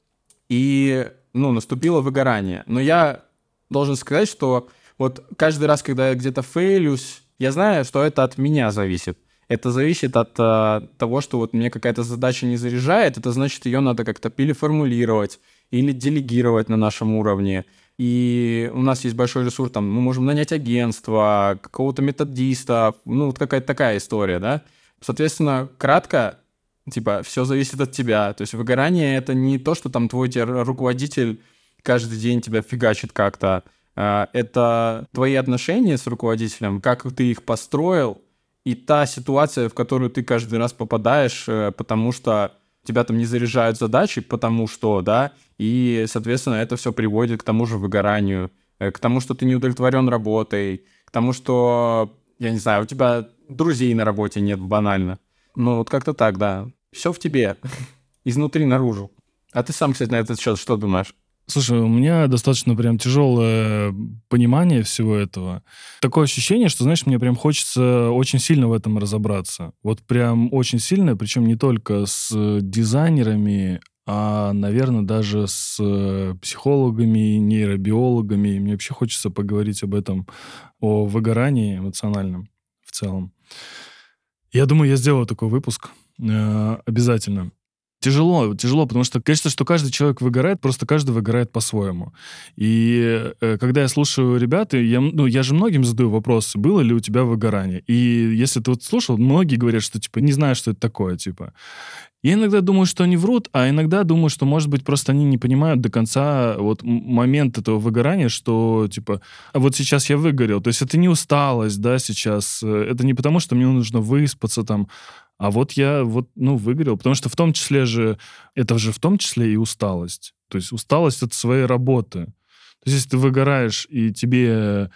И, ну, наступило выгорание. Но я должен сказать, что вот каждый раз, когда я где-то фейлюсь, я знаю, что это от меня зависит. Это зависит от а, того, что вот мне какая-то задача не заряжает, это значит, ее надо как-то переформулировать или делегировать на нашем уровне. И у нас есть большой ресурс, там, мы можем нанять агентство, какого-то методиста, ну, вот какая-то такая история, да. Соответственно, кратко, типа, все зависит от тебя. То есть выгорание — это не то, что там твой тебе руководитель каждый день тебя фигачит как-то. А, это твои отношения с руководителем, как ты их построил, и та ситуация, в которую ты каждый раз попадаешь, потому что тебя там не заряжают задачи, потому что, да, и, соответственно, это все приводит к тому же выгоранию, к тому, что ты не удовлетворен работой, к тому, что, я не знаю, у тебя друзей на работе нет банально. Ну, вот как-то так, да. Все в тебе, изнутри наружу. А ты сам, кстати, на этот счет что думаешь? Слушай, у меня достаточно прям тяжелое понимание всего этого. Такое ощущение, что, знаешь, мне прям хочется очень сильно в этом разобраться. Вот прям очень сильно, причем не только с дизайнерами, а, наверное, даже с психологами, нейробиологами. Мне вообще хочется поговорить об этом, о выгорании эмоциональном в целом. Я думаю, я сделаю такой выпуск э, обязательно. Тяжело, тяжело, потому что кажется, что каждый человек выгорает, просто каждый выгорает по-своему. И э, когда я слушаю ребят, и я, ну, я же многим задаю вопросы, было ли у тебя выгорание. И если ты вот слушал, многие говорят, что, типа, не знаю, что это такое, типа. Я иногда думаю, что они врут, а иногда думаю, что, может быть, просто они не понимают до конца вот м- момент этого выгорания, что, типа, а вот сейчас я выгорел. То есть это не усталость, да, сейчас. э, Это не потому, что мне нужно выспаться там, а вот я вот, ну, выгорел. Потому что в том числе же, это же в том числе и усталость. То есть усталость от своей работы. То есть если ты выгораешь, и тебе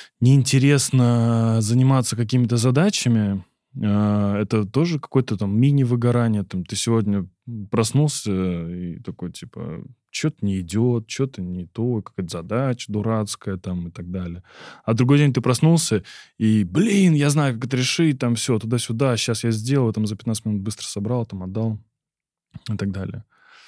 неинтересно заниматься какими-то задачами, а, это тоже какое-то там мини-выгорание. Там, ты сегодня проснулся и такой, типа, что-то не идет, что-то не то, какая-то задача дурацкая там и так далее. А другой день ты проснулся и, блин, я знаю, как это решить, там все, туда-сюда, сейчас я сделаю, там за пятнадцать минут быстро собрал, там отдал и так далее.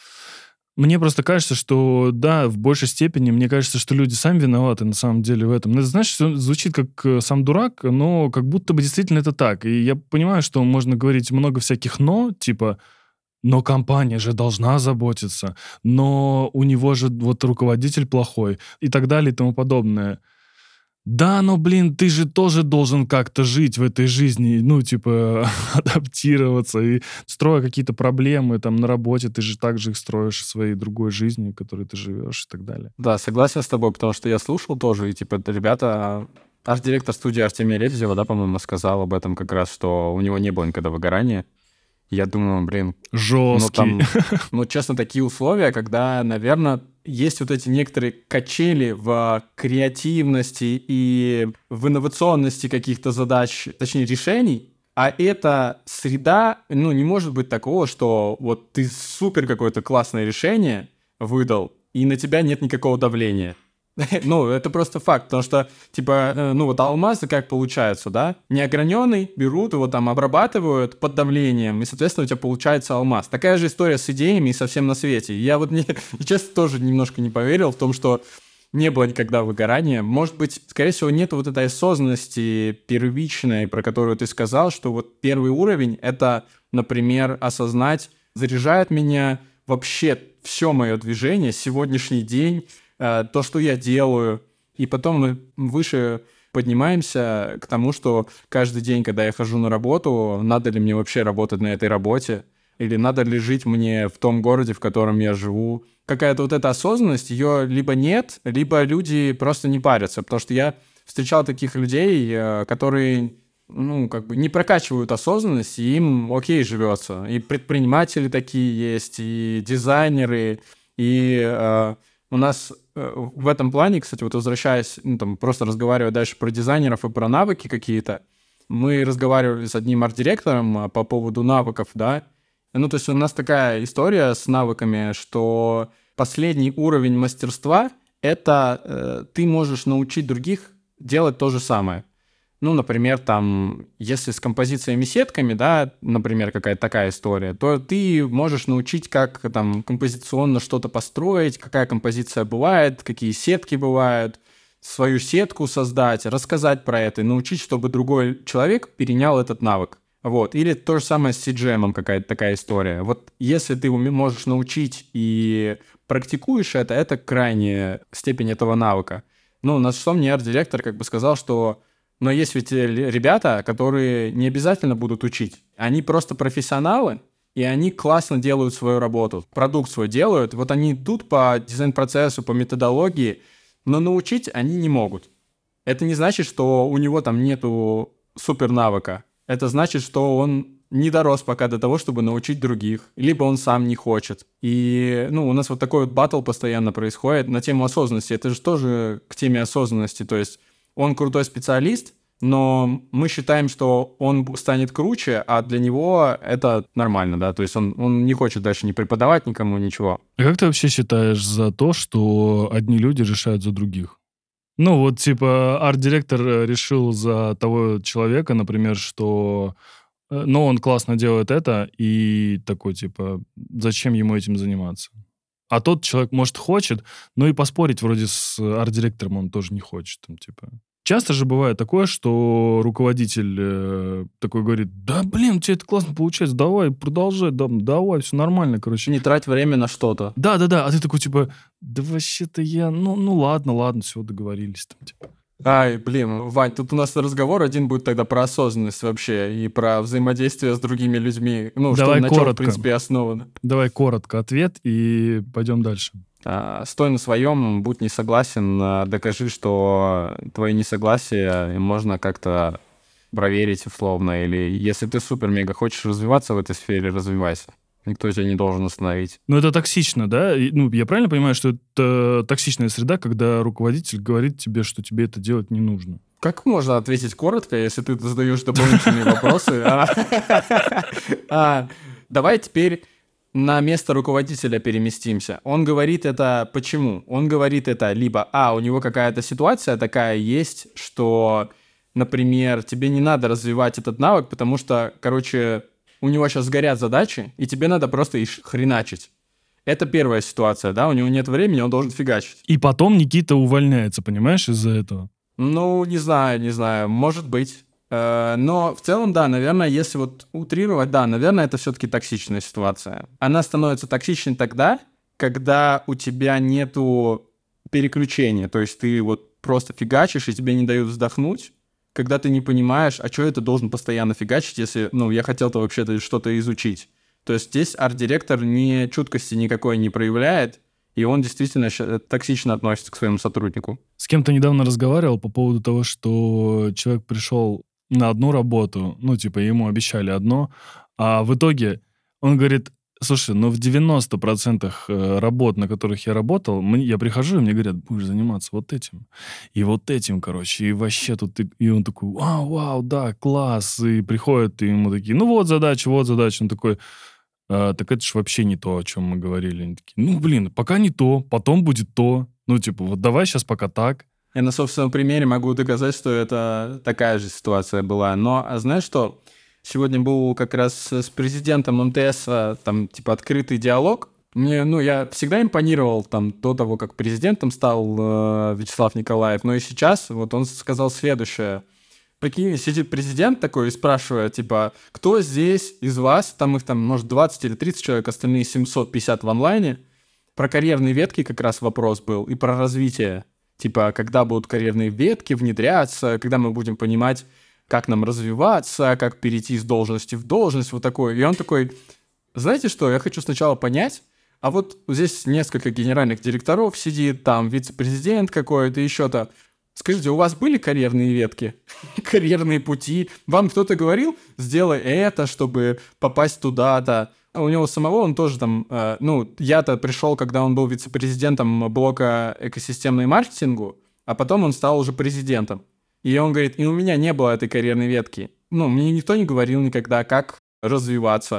Мне просто кажется, что, да, в большей степени, мне кажется, что люди сами виноваты на самом деле в этом. Ну, это, знаешь, всё звучит как э, сам дурак, но как будто бы действительно это так. И я понимаю, что можно говорить много всяких «но», типа «но компания же должна заботиться», «но у него же вот руководитель плохой» и так далее и тому подобное. Да, но, блин, ты же тоже должен как-то жить в этой жизни, ну, типа, адаптироваться и строя какие-то проблемы там на работе, ты же также их строишь в своей другой жизни, в которой ты живешь и так далее. Да, согласен с тобой, потому что я слушал тоже, и, типа, ребята... Арт-директор студии Артемия Лебедева, да, по-моему, сказал об этом как раз, что у него не было никогда выгорания. Я думаю, блин, ну Жесткий. там, ну честно, такие условия, когда, наверное, есть вот эти некоторые качели в креативности и в инновационности каких-то задач, точнее решений, а эта среда, ну не может быть такого, что вот ты супер какое-то классное решение выдал, и на тебя нет никакого давления. Ну, это просто факт, потому что, типа, э, ну вот алмазы как получаются, да? Неограненный, берут его там, обрабатывают под давлением, и, соответственно, у тебя получается алмаз. Такая же история с идеями и со всем на свете. Я вот, не, честно, тоже немножко не поверил в том, что не было никогда выгорания. Может быть, скорее всего, нет вот этой осознанности первичной, про которую ты сказал, что вот первый уровень — это, например, осознать, заряжает меня вообще все мое движение, сегодняшний день, то, что я делаю, и потом мы выше поднимаемся к тому, что каждый день, когда я хожу на работу, надо ли мне вообще работать на этой работе, или надо ли жить мне в том городе, в котором я живу. Какая-то вот эта осознанность, ее либо нет, либо люди просто не парятся, потому что я встречал таких людей, которые, ну, как бы не прокачивают осознанность, и им окей живется. И предприниматели такие есть, и дизайнеры, и... Э, у нас э, в этом плане, кстати, вот возвращаясь, ну, там, просто разговаривая дальше про дизайнеров и про навыки какие-то, мы разговаривали с одним арт-директором по поводу навыков, да, Ну, то есть у нас такая история с навыками, что последний уровень мастерства — это э, ты можешь научить других делать то же самое. Ну, например, там, если с композициями сетками, да, например, какая-то такая история, то ты можешь научить, как там композиционно что-то построить, какая композиция бывает, какие сетки бывают, свою сетку создать, рассказать про это и научить, чтобы другой человек перенял этот навык. Вот. Или то же самое с си джи эм, какая-то такая история. Вот если ты уме- можешь научить и практикуешь это, это крайняя степень этого навыка. Ну, на что мне арт-директор как бы сказал, что но есть ведь э, л- ребята, которые не обязательно будут учить. Они просто профессионалы, и они классно делают свою работу, продукт свой делают. Вот они идут по дизайн-процессу, по методологии, но научить они не могут. Это не значит, что у него там нету супер навыка. Это значит, что он не дорос пока до того, чтобы научить других. Либо он сам не хочет. И, ну, у нас вот такой вот баттл постоянно происходит на тему осознанности. Это же тоже к теме осознанности. То есть он крутой специалист, но мы считаем, что он б- станет круче, а для него это нормально, да. То есть он, он не хочет дальше не преподавать никому ничего. А как ты вообще считаешь за то, что одни люди решают за других? Ну, вот, типа, арт-директор э, решил за того человека, например, что, э, ну, он классно делает это, и такой, типа, зачем ему этим заниматься? А тот человек, может, хочет, но и поспорить вроде с арт-директором он тоже не хочет, там, типа. Часто же бывает такое, что руководитель э, такой говорит, да, блин, у тебя это классно получается, давай, продолжай, да, давай, все нормально, короче. Не трать время на что-то. Да-да-да, а ты такой, типа, да вообще-то я, ну, ну ладно, ладно, все, договорились, там, типа. Ай, блин, Вань, тут у нас разговор один будет тогда про осознанность вообще и про взаимодействие с другими людьми. Ну, что, Давай на чем, в коротко. принципе, основано. Давай коротко ответ и пойдем дальше. А, стой на своем, будь не согласен, а, докажи, что твое несогласие можно как-то проверить условно. Или если ты супер-мега хочешь развиваться в этой сфере, развивайся. Никто тебя не должен остановить. Ну, это токсично, да? И, ну, я правильно понимаю, что это токсичная среда, когда руководитель говорит тебе, что тебе это делать не нужно? Как можно ответить коротко, если ты задаешь дополнительные вопросы? А, а, Давай теперь на место руководителя переместимся. Он говорит это почему? Он говорит это либо, а, у него какая-то ситуация такая есть, что, например, тебе не надо развивать этот навык, потому что, короче, у него сейчас горят задачи, и тебе надо просто их хреначить. Это первая ситуация, да, у него нет времени, он должен фигачить. И потом Никита увольняется, понимаешь, из-за этого. Ну, не знаю, не знаю, может быть. Э, Но в целом, да, наверное, если вот утрировать, да, наверное, это все-таки токсичная ситуация. Она становится токсичной тогда, когда у тебя нету переключения, то есть ты вот просто фигачишь, и тебе не дают вздохнуть, когда ты не понимаешь, а что это должен постоянно фигачить, если, ну, я хотел-то вообще-то что-то изучить. То есть здесь арт-директор ни чуткости никакой не проявляет, и он действительно ща- токсично относится к своему сотруднику. С кем-то недавно разговаривал по поводу того, что человек пришел на одну работу, ну, типа, ему обещали одно, а в итоге он говорит, слушай, ну, в девяноста процентах э, работ, на которых я работал, мне- я прихожу, и мне говорят, будешь заниматься вот этим, и вот этим, короче, и вообще тут... ты-» И он такой, вау, вау, да, класс, и приходят, и ему такие, ну, вот задача, вот задача. Он такой, «А, так это ж вообще не то, о чем мы говорили. Они такие, ну, блин, пока не то, потом будет то. Ну, типа, вот давай сейчас пока так. Я на собственном примере могу доказать, что это такая же ситуация была. Но а знаешь что? Сегодня был как раз с президентом эм тэ эс, а, там, типа, открытый диалог. Мне, ну, я всегда импонировал там до того, как президентом стал э, Вячеслав Николаев, но и сейчас вот он сказал следующее. Прикинь, сидит президент такой и спрашивает, типа, кто здесь из вас, там их там, может, двадцать или тридцать человек, остальные семьсот пятьдесят в онлайне, про карьерные ветки как раз вопрос был, и про развитие. Типа, когда будут карьерные ветки внедряться, когда мы будем понимать, как нам развиваться, как перейти из должности в должность, вот такое. И он такой, знаете что, я хочу сначала понять, а вот здесь несколько генеральных директоров сидит, там вице-президент какой-то, еще-то. Скажите, у вас были карьерные ветки, карьерные пути? Вам кто-то говорил, сделай это, чтобы попасть туда-то? А у него самого он тоже там, э, ну, я-то пришел, когда он был вице-президентом блока экосистемной маркетингу, а потом он стал уже президентом. И он говорит, и у меня не было этой карьерной ветки. Ну, мне никто не говорил никогда, как развиваться.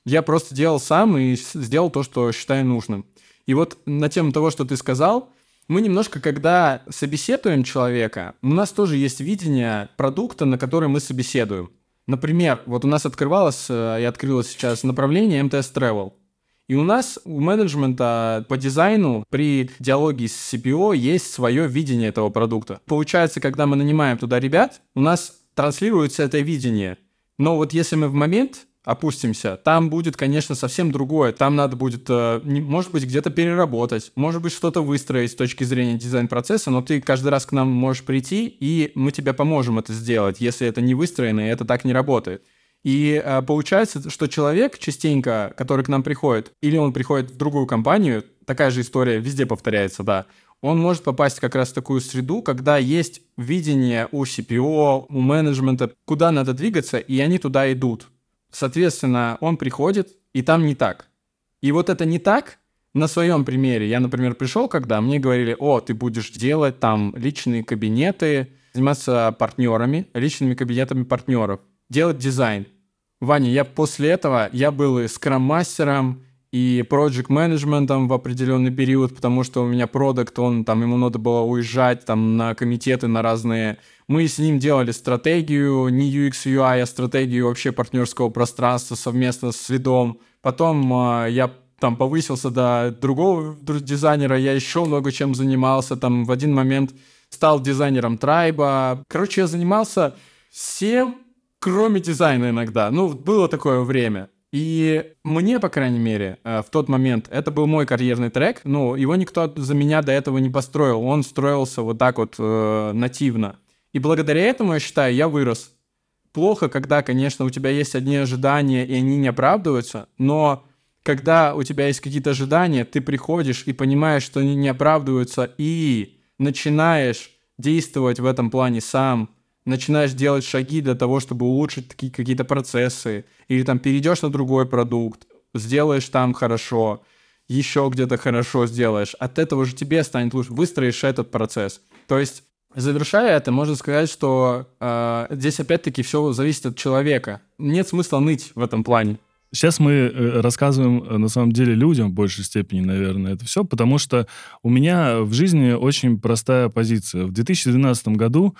Я просто делал сам и сделал то, что считаю нужным. И вот на тему того, что ты сказал, мы немножко, когда собеседуем человека, у нас тоже есть видение продукта, на который мы собеседуем. Например, вот у нас открывалось и открылось сейчас направление эм тэ эс Travel. И у нас, у менеджмента по дизайну при диалоге с си пи о есть свое видение этого продукта. Получается, когда мы нанимаем туда ребят, у нас транслируется это видение. Но вот если мы в момент опустимся, там будет, конечно, совсем другое. Там надо будет, может быть, где-то переработать, может быть, что-то выстроить с точки зрения дизайн-процесса, но ты каждый раз к нам можешь прийти, и мы тебе поможем это сделать, если это не выстроено, и это так не работает. И э, получается, что человек частенько, который к нам приходит, или он приходит в другую компанию, такая же история везде повторяется, да, он может попасть как раз в такую среду, когда есть видение у си пи о, у менеджмента, куда надо двигаться, и они туда идут. Соответственно, он приходит, и там не так. И вот это не так на своем примере. Я, например, пришел, когда мне говорили: о, ты будешь делать там личные кабинеты, заниматься партнерами, личными кабинетами партнеров, делать дизайн. Ваня, я после этого, я был и скрам-мастером, и проект-менеджментом в определенный период, потому что у меня продакт, он там, ему надо было уезжать там на комитеты, на разные. Мы с ним делали стратегию, не ю экс ю ай, а стратегию вообще партнерского пространства совместно с лидом. Потом э, я там повысился до другого дизайнера, я еще много чем занимался, там в один момент стал дизайнером трайба. Короче, я занимался всем, кроме дизайна иногда. Ну, было такое время. И мне, по крайней мере, в тот момент, это был мой карьерный трек, ну, его никто за меня до этого не построил, он строился вот так вот э, нативно. И благодаря этому, я считаю, я вырос. Плохо, когда, конечно, у тебя есть одни ожидания, и они не оправдываются, но когда у тебя есть какие-то ожидания, ты приходишь и понимаешь, что они не оправдываются, и начинаешь действовать в этом плане сам, начинаешь делать шаги для того, чтобы улучшить такие какие-то процессы, или там перейдешь на другой продукт, сделаешь там хорошо, еще где-то хорошо сделаешь, от этого же тебе станет лучше, выстроишь этот процесс. То есть, завершая это, можно сказать, что э, здесь опять-таки все зависит от человека. Нет смысла ныть в этом плане. Сейчас мы рассказываем, на самом деле, людям в большей степени, наверное, это все, потому что у меня в жизни очень простая позиция. В две тысячи двенадцатом году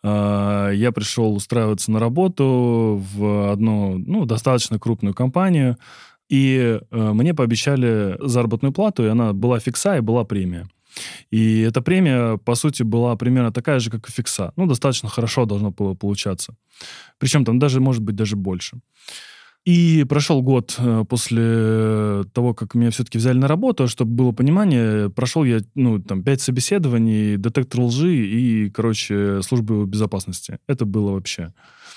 э, я пришел устраиваться на работу в одну, ну, достаточно крупную компанию, и э, мне пообещали заработную плату, и она была фикса, и была премия. И эта премия, по сути, была примерно такая же, как и фикса. Ну, достаточно хорошо должно было получаться. Причем там даже, может быть, даже больше. И прошел год после того, как меня все-таки взяли на работу, чтобы было понимание, прошел я, ну, там, пять собеседований, детектор лжи и, короче, службы безопасности. Это было вообще.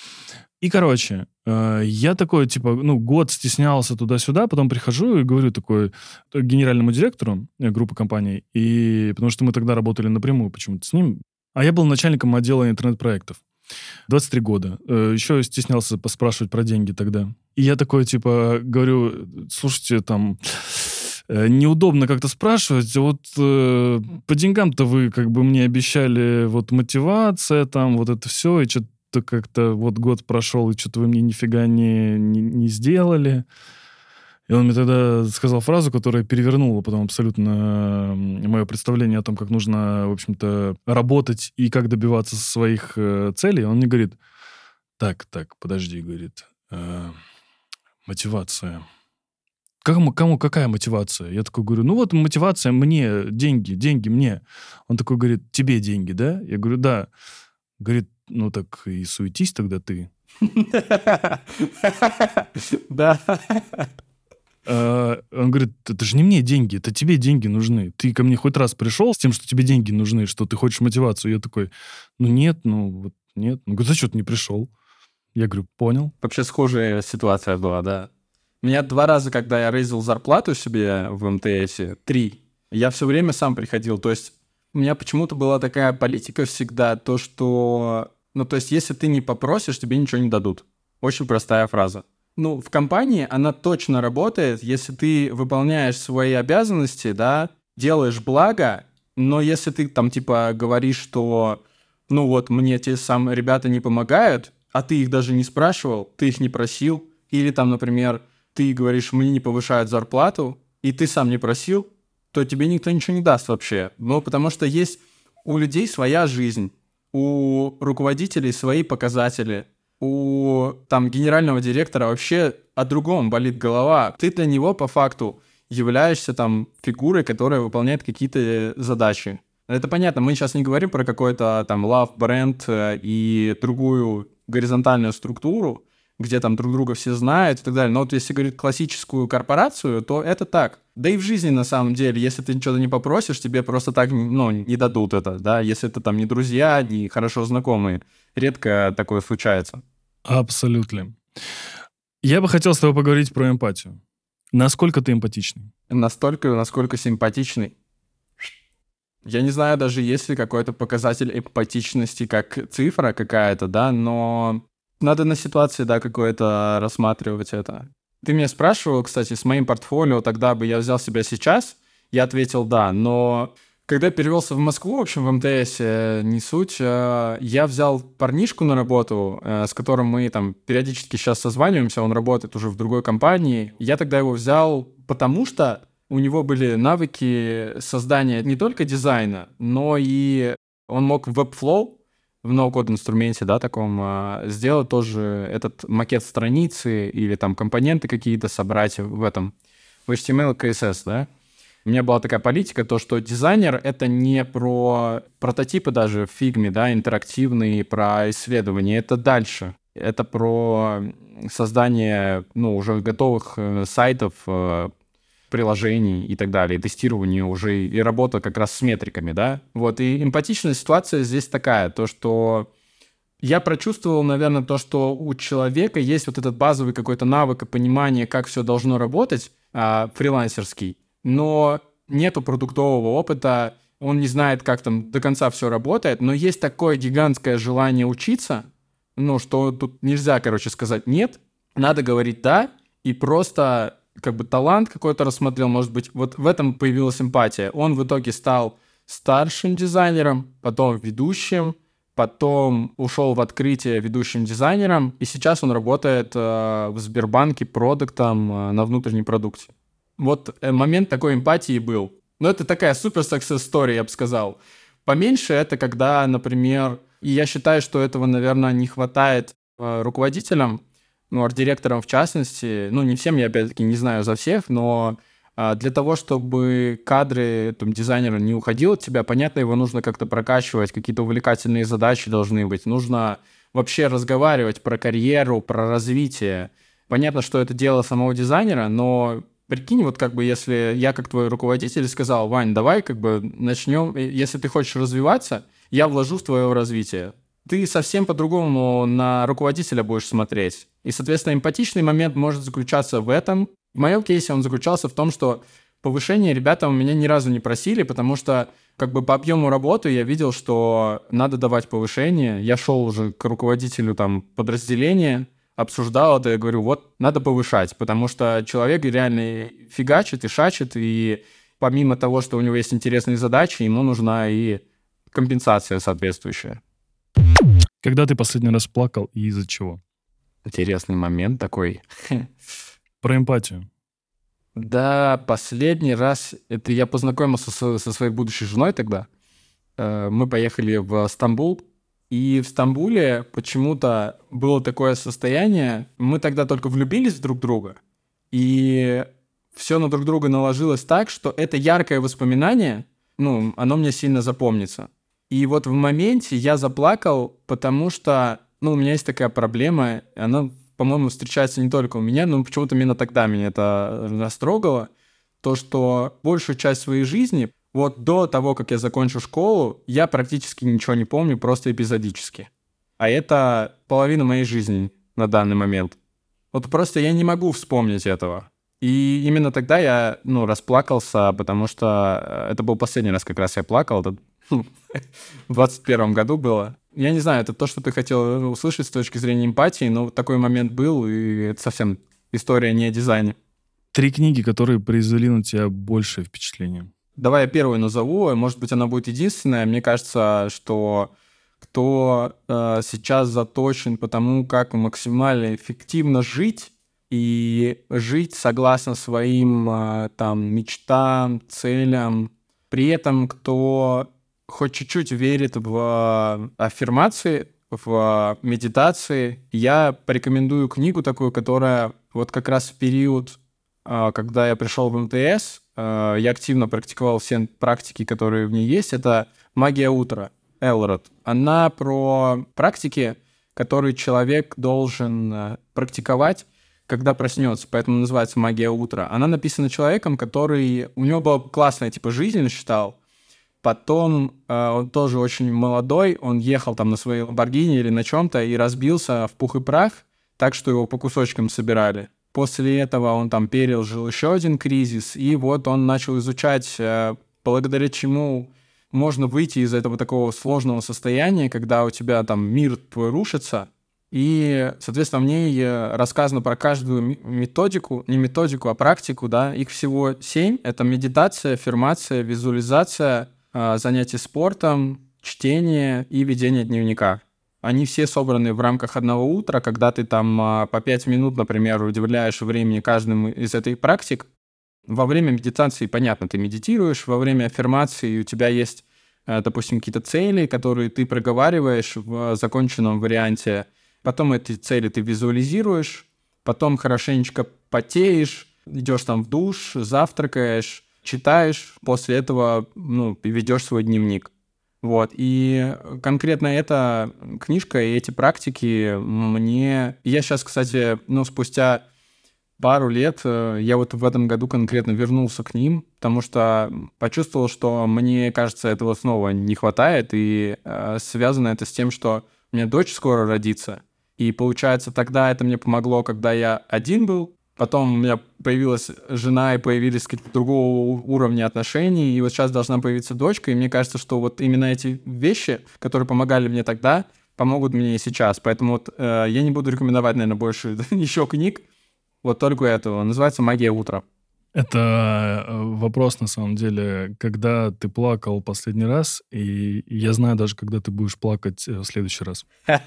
И, короче, я такой, типа, ну, год стеснялся туда-сюда, потом прихожу и говорю такой генеральному директору группы компаний, и потому что мы тогда работали напрямую почему-то с ним, а я был начальником отдела интернет-проектов. двадцать три года. Еще стеснялся поспрашивать про деньги тогда. И я такой, типа, говорю: слушайте, там, неудобно как-то спрашивать, вот э, по деньгам-то вы как бы мне обещали вот мотивация, там, вот это все, и что-то как-то вот год прошел, и что-то вы мне нифига не, не, не сделали. И он мне тогда сказал фразу, которая перевернула потом абсолютно мое представление о том, как нужно, в общем-то, работать и как добиваться своих э, целей. Он мне говорит: так, так, подожди, говорит, э, мотивация. Кому, кому какая мотивация? Я такой говорю: ну вот мотивация мне, деньги, деньги мне. Он такой говорит: тебе деньги, да? Я говорю: да. Говорит: ну так и суетись тогда ты. Да. Uh, он говорит: это же не мне деньги, это тебе деньги нужны. Ты ко мне хоть раз пришел с тем, что тебе деньги нужны, что ты хочешь мотивацию? Я такой: ну нет, ну вот нет. Он говорит: за что ты не пришел? Я говорю: понял. Вообще схожая ситуация была, да. Меня два раза, когда я рейзил зарплату себе в эм тэ эсе, три, я все время сам приходил. То есть у меня почему-то была такая политика всегда, то что... Ну, то есть если ты не попросишь, тебе ничего не дадут. Очень простая фраза. Ну, в компании она точно работает, если ты выполняешь свои обязанности, да, делаешь благо, но если ты там, типа, говоришь, что, ну вот, мне те самые ребята не помогают, а ты их даже не спрашивал, ты их не просил, или там, например, ты говоришь, мне не повышают зарплату, и ты сам не просил, то тебе никто ничего не даст вообще. Ну, потому что есть у людей своя жизнь, у руководителей свои показатели, у там генерального директора вообще о другом болит голова. Ты для него по факту являешься там фигурой, которая выполняет какие-то задачи. Это понятно, мы сейчас не говорим про какой-то там love бренд и другую горизонтальную структуру, где там друг друга все знают и так далее. Но вот если говорить классическую корпорацию, то это так. Да и в жизни на самом деле, если ты ничего не попросишь, тебе просто так, ну, не дадут это, да, если это там не друзья, не хорошо знакомые. Редко такое случается. Абсолютно. Я бы хотел с тобой поговорить про эмпатию. Насколько ты эмпатичный? Настолько, насколько симпатичный. Я не знаю даже, есть ли какой-то показатель эмпатичности, как цифра какая-то, да, но надо на ситуации, да, какое-то рассматривать это. Ты меня спрашивал, кстати, с моим портфолио, тогда бы я взял себя сейчас, я ответил да, но когда перевелся в Москву, в общем, в МТС, не суть, я взял парнишку на работу, с которым мы там периодически сейчас созваниваемся, он работает уже в другой компании. Я тогда его взял, потому что у него были навыки создания не только дизайна, но и он мог в Webflow, в ноу-код инструменте, да, таком, сделать тоже этот макет страницы или там компоненты какие-то собрать в этом, в эйч ти эм эл и си эс эс, да. У меня была такая политика, то, что дизайнер — это не про прототипы даже в фигме, да, интерактивные, про исследования, это дальше. Это про создание, ну, уже готовых сайтов, приложений и так далее, и тестирование уже, и работа как раз с метриками, да. Вот, и эмпатичная ситуация здесь такая, то, что я прочувствовал, наверное, то, что у человека есть вот этот базовый какой-то навык и понимание, как все должно работать, а, фрилансерский, но нету продуктового опыта, он не знает, как там до конца все работает, но есть такое гигантское желание учиться, ну, что тут нельзя, короче, сказать «нет», надо говорить «да», и просто как бы талант какой-то рассмотрел, может быть, вот в этом появилась эмпатия. Он в итоге стал старшим дизайнером, потом ведущим, потом ушел в открытие ведущим дизайнером, и сейчас он работает э, в Сбербанке продуктом э, на внутреннем продукте. Вот э, момент такой эмпатии был. Но это такая супер success story, я бы сказал. Поменьше это когда, например, и я считаю, что этого, наверное, не хватает э, руководителям, ну, арт-директорам в частности, ну, не всем, я, опять-таки, не знаю за всех, но а, для того, чтобы кадры там, дизайнера не уходил от тебя, понятно, его нужно как-то прокачивать, какие-то увлекательные задачи должны быть, нужно вообще разговаривать про карьеру, про развитие. Понятно, что это дело самого дизайнера, но прикинь, вот как бы если я как твой руководитель сказал: Вань, давай как бы начнем, если ты хочешь развиваться, я вложу в твое развитие. Ты совсем по-другому на руководителя будешь смотреть. И, соответственно, эмпатичный момент может заключаться в этом. В моем кейсе он заключался в том, что повышение ребята у меня ни разу не просили, потому что как бы по объему работы я видел, что надо давать повышение. Я шел уже к руководителю там подразделения, обсуждал это, я говорю, вот, надо повышать, потому что человек реально фигачит и шачит, и помимо того, что у него есть интересные задачи, ему нужна и компенсация соответствующая. Когда ты последний раз плакал и из-за чего? Интересный момент такой. Про эмпатию. Да, последний раз, это я познакомился со, со своей будущей женой тогда. Мы поехали в Стамбул, и в Стамбуле почему-то было такое состояние, мы тогда только влюбились в друг друга, и все на друг друга наложилось так, что это яркое воспоминание, ну, оно мне сильно запомнится. И вот в моменте я заплакал, потому что, ну, у меня есть такая проблема, она, по-моему, встречается не только у меня, но почему-то именно тогда меня это растрогало, то, что большую часть своей жизни, вот до того, как я закончу школу, я практически ничего не помню, просто эпизодически. А это половина моей жизни на данный момент. Вот просто я не могу вспомнить этого. И именно тогда я, ну, расплакался, потому что это был последний раз, как раз я плакал, это в двадцать первом году было. Я не знаю, это то, что ты хотел услышать с точки зрения эмпатии, но такой момент был, и это совсем история не о дизайне. Три книги, которые произвели на тебя большее впечатление. Давай я первую назову, может быть, она будет единственная. Мне кажется, что кто э, сейчас заточен по тому, как максимально эффективно жить, и жить согласно своим э, там мечтам, целям. При этом, кто хоть чуть-чуть верит в аффирмации, в медитации, я порекомендую книгу такую, которая вот как раз в период, э, когда я пришел в эм тэ эс, э, я активно практиковал все практики, которые в ней есть. Это «Магия утра» Элрод. Она про практики, которые человек должен э, практиковать, когда проснется, поэтому называется «Магия утра». Она написана человеком, который... У него была классная, типа, жизнь, он считал. Потом э, он тоже очень молодой, он ехал там на своей Ламборгини или на чем-то и разбился в пух и прах, так что его по кусочкам собирали. После этого он там пережил еще один кризис, и вот он начал изучать, э, благодаря чему можно выйти из этого такого сложного состояния, когда у тебя там мир твой рушится. И, соответственно, в ней рассказано про каждую методику, не методику, а практику, да, их всего семь. Это медитация, аффирмация, визуализация, занятия спортом, чтение и ведение дневника. Они все собраны в рамках одного утра, когда ты там по пять минут, например, уделяешь времени каждому из этих практик. Во время медитации, понятно, ты медитируешь, во время аффирмации у тебя есть, допустим, какие-то цели, которые ты проговариваешь в законченном варианте. Потом эти цели ты визуализируешь, потом хорошенечко потеешь, идешь там в душ, завтракаешь, читаешь, после этого, ну, ведешь свой дневник. Вот, и конкретно эта книжка и эти практики мне... Я сейчас, кстати, ну, спустя пару лет, я вот в этом году конкретно вернулся к ним, потому что почувствовал, что мне, кажется, этого снова не хватает, и э, связано это с тем, что у меня дочь скоро родится. И получается, тогда это мне помогло, когда я один был. Потом у меня появилась жена, и появились какие-то другого уровня отношений. И вот сейчас должна появиться дочка. И мне кажется, что вот именно эти вещи, которые помогали мне тогда, помогут мне и сейчас. Поэтому вот э, я не буду рекомендовать, наверное, больше еще книг. Вот только этого. Называется «Магия утра». Это вопрос, на самом деле, когда ты плакал последний раз, и я знаю даже, когда ты будешь плакать в следующий раз.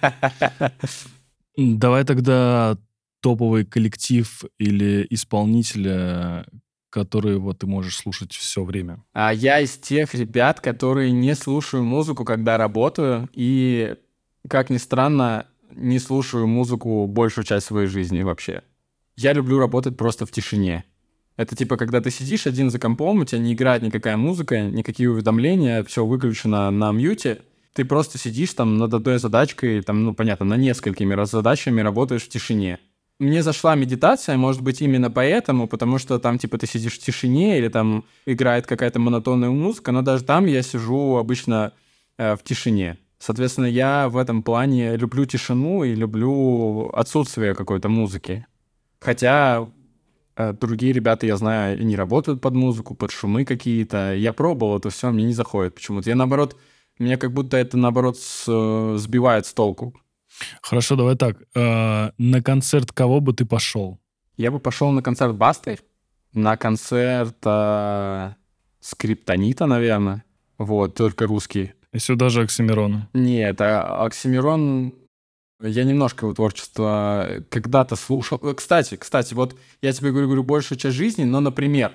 Давай тогда топовый коллектив или исполнителя, который вот ты можешь слушать все время. А я из тех ребят, которые не слушаю музыку, когда работаю, и, как ни странно, не слушаю музыку большую часть своей жизни вообще. Я люблю работать просто в тишине. Это типа, когда ты сидишь один за компом, у тебя не играет никакая музыка, никакие уведомления, все выключено на мьюте. Ты просто сидишь там над одной задачкой, там, ну, понятно, на несколькими задачами работаешь в тишине. Мне зашла медитация, может быть, именно поэтому, потому что там, типа, ты сидишь в тишине или там играет какая-то монотонная музыка, но даже там я сижу обычно э, в тишине. Соответственно, я в этом плане люблю тишину и люблю отсутствие какой-то музыки. Хотя э, другие ребята, я знаю, не работают под музыку, под шумы какие-то. Я пробовал это все, мне не заходит почему-то. Я, наоборот, меня как будто это, наоборот, с, сбивает с толку. Хорошо, давай так. Э, на концерт кого бы ты пошел? Я бы пошел на концерт Басты, на концерт э, Скриптонита, наверное. Вот, только русский. Если даже Оксимирона. Нет, а Оксимирон... Я немножко его творчество когда-то слушал. Кстати, кстати, вот я тебе говорю, говорю большую часть жизни, но, например,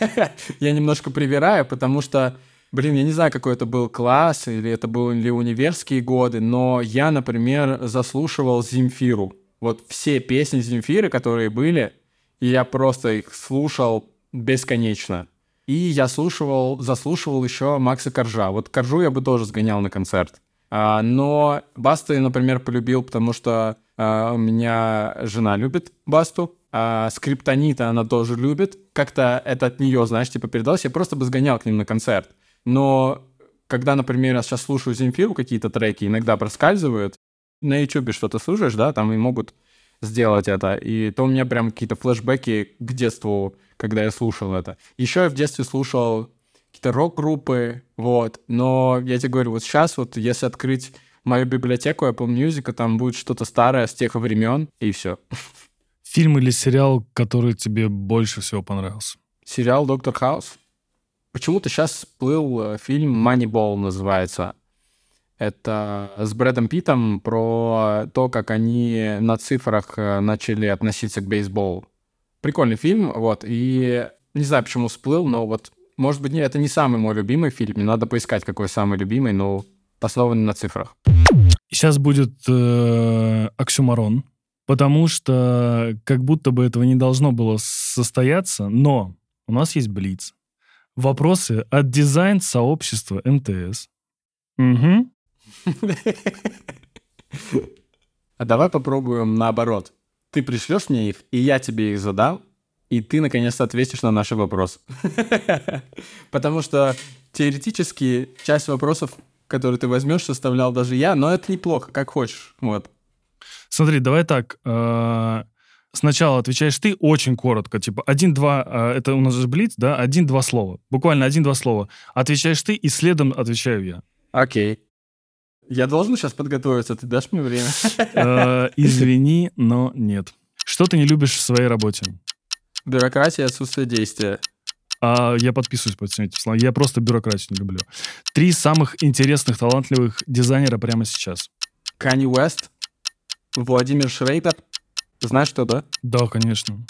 я немножко привираю, потому что, блин, я не знаю, какой это был класс, или это были универские годы, но я, например, заслушивал Земфиру. Вот все песни Земфиры, которые были, и я просто их слушал бесконечно. И я слушал, заслушивал еще Макса Коржа. Вот Коржу я бы тоже сгонял на концерт. А, но Басту я, например, полюбил, потому что а, у меня жена любит Басту, а Скриптонита она тоже любит. Как-то это от нее, знаешь, типа передалось. Я просто бы сгонял к ним на концерт. Но когда, например, я сейчас слушаю Земфиру, какие-то треки иногда проскальзывают, на Ютубе что-то слушаешь, да, там и могут сделать это. И то у меня прям какие-то флешбеки к детству, когда я слушал это. Еще я в детстве слушал какие-то рок-группы, вот. Но я тебе говорю, вот сейчас вот если открыть мою библиотеку Apple Music, там будет что-то старое с тех времен, и все. Фильм или сериал, который тебе больше всего понравился? Сериал «Доктор Хаус». Почему-то сейчас всплыл фильм «Moneyball» называется. Это с Брэдом Питтом про то, как они на цифрах э, начали относиться к бейсболу. Прикольный фильм, вот, и не знаю, почему всплыл, но вот, может быть, не, это не самый мой любимый фильм, мне надо поискать, какой самый любимый, но основанный на цифрах. Сейчас будет э, оксюморон, потому что как будто бы этого не должно было состояться, но у нас есть блиц. Вопросы от дизайн-сообщества эм тэ эс. Угу. А давай попробуем наоборот. Ты пришлешь мне их, и я тебе их задам, и ты наконец-то ответишь на наши вопросы. Потому что теоретически часть вопросов, которые ты возьмешь, составлял даже я, но это неплохо, как хочешь. Вот. Смотри, давай так. э, Сначала отвечаешь ты очень коротко, типа один-два, э, это у нас же блиц, да, один-два слова. Буквально один-два слова. Отвечаешь ты, и следом отвечаю я. Окей. Я должен сейчас подготовиться, ты дашь мне время? Э, Извини, но нет. Что ты не любишь в своей работе? Бюрократия, отсутствие действия. А я подписываюсь под всеми этими словами. Я просто бюрократию не люблю. Три самых интересных, талантливых дизайнера прямо сейчас. Канье Уэст, Владимир Шрейдер. Знаешь, что, да? Да, конечно.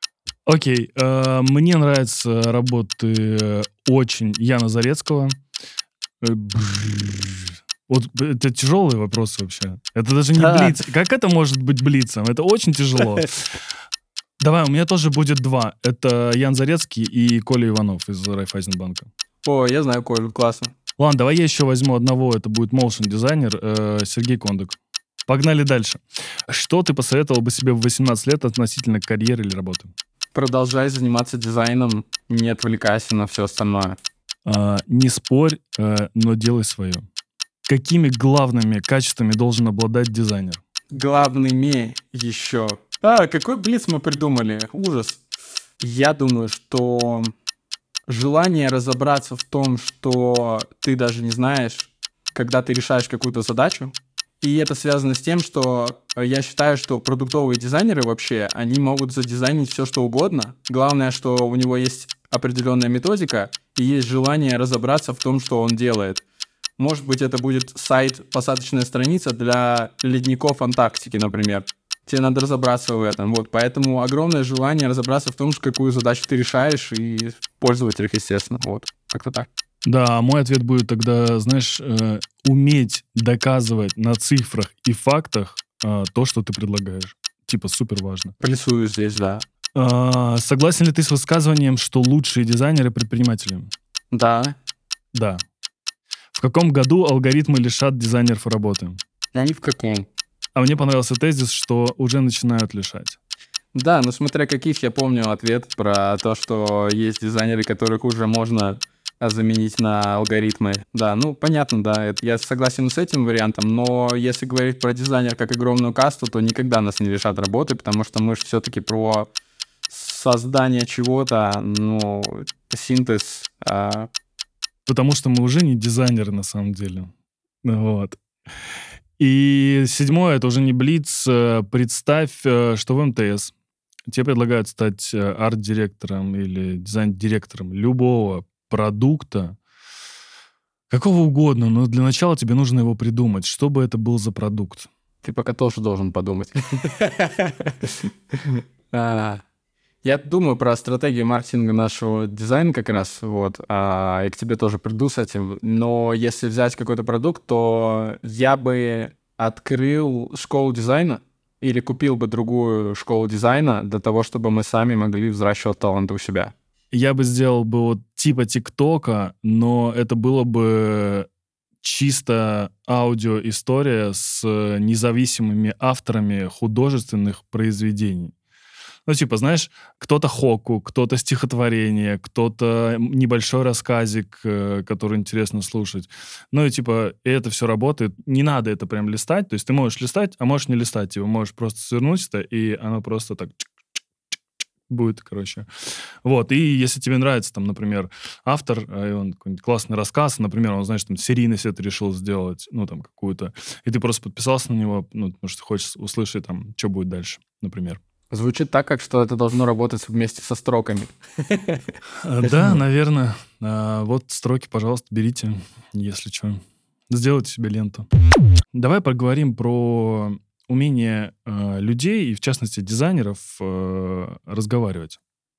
Окей. э, Мне нравятся работы э, очень Яна Зарецкого. Э, бррр. Вот это тяжелые вопросы вообще. Это даже не Да. блиц. Как это может быть блицем? Это очень тяжело. Давай, у меня тоже будет два. Это Ян Зарецкий и Коля Иванов из Райфайзенбанка. О, я знаю Колю, классно. Ладно, давай я еще возьму одного. Это будет motion дизайнер э, Сергей Кондак. Погнали дальше. Что ты посоветовал бы себе в восемнадцать лет относительно карьеры или работы? Продолжай заниматься дизайном, не отвлекайся на все остальное. А, не спорь, э, но делай свое. Какими главными качествами должен обладать дизайнер? Главными еще. А, какой блиц мы придумали? Ужас. Я думаю, что желание разобраться в том, что ты даже не знаешь, когда ты решаешь какую-то задачу. И это связано с тем, что э, я считаю, что продуктовые дизайнеры вообще, они могут задизайнить все, что угодно. Главное, что у него есть определенная методика и есть желание разобраться в том, что он делает. Может быть, это будет сайт, посадочная страница для ледников Антарктики, например. Тебе надо разобраться в этом. Вот, поэтому огромное желание разобраться в том, какую задачу ты решаешь, и в пользователях, естественно. Вот, как-то так. Да, мой ответ будет тогда, знаешь, э, уметь доказывать на цифрах и фактах э, то, что ты предлагаешь. Типа супер важно. Плюсую здесь, да. А, согласен ли ты с высказыванием, что лучшие дизайнеры предприниматели? Да. Да. В каком году алгоритмы лишат дизайнеров работы? А ни в каком. А мне понравился тезис, что уже начинают лишать. Да, ну смотря каких, я помню ответ про то, что есть дизайнеры, которых уже можно а, заменить на алгоритмы. Да, ну понятно, да, это, я согласен с этим вариантом, но если говорить про дизайнер как огромную касту, то никогда нас не лишат работы, потому что мы же все-таки про создание чего-то, ну, синтез. А... Потому что мы уже не дизайнеры на самом деле. Вот. И седьмое, это уже не блиц. э, Представь, э, что в эм тэ эс тебе предлагают стать э, арт-директором или дизайн-директором любого продукта, какого угодно, но для начала тебе нужно его придумать. Что бы это был за продукт? Ты пока тоже должен подумать. А, Я думаю про стратегию маркетинга нашего дизайна как раз, вот, а, и к тебе тоже приду с этим. Но если взять какой-то продукт, то я бы открыл школу дизайна или купил бы другую школу дизайна для того, чтобы мы сами могли взращивать таланты у себя. Я бы сделал бы вот типа ТикТока, но это было бы чисто аудиоистория с э, независимыми авторами художественных произведений. Ну, типа, знаешь, кто-то хоку, кто-то стихотворение, кто-то небольшой рассказик, э, который интересно слушать. Ну, и типа, и это все работает. Не надо это прям листать. То есть ты можешь листать, а можешь не листать. Типа, можешь просто свернуть это, и оно просто так будет, короче. Вот, и если тебе нравится, там, например, автор, а, и он какой-нибудь классный рассказ, например, он, знаешь, там, серийность это решил сделать, ну, там, какую-то, и ты просто подписался на него, ну, потому что хочешь услышать, там, что будет дальше, например. Звучит так, как что это должно работать вместе со строками. А, Да, наверное. А, Вот строки, пожалуйста, берите, если что. Сделать себе ленту. Давай поговорим про умение э, людей, и в частности дизайнеров, э, разговаривать.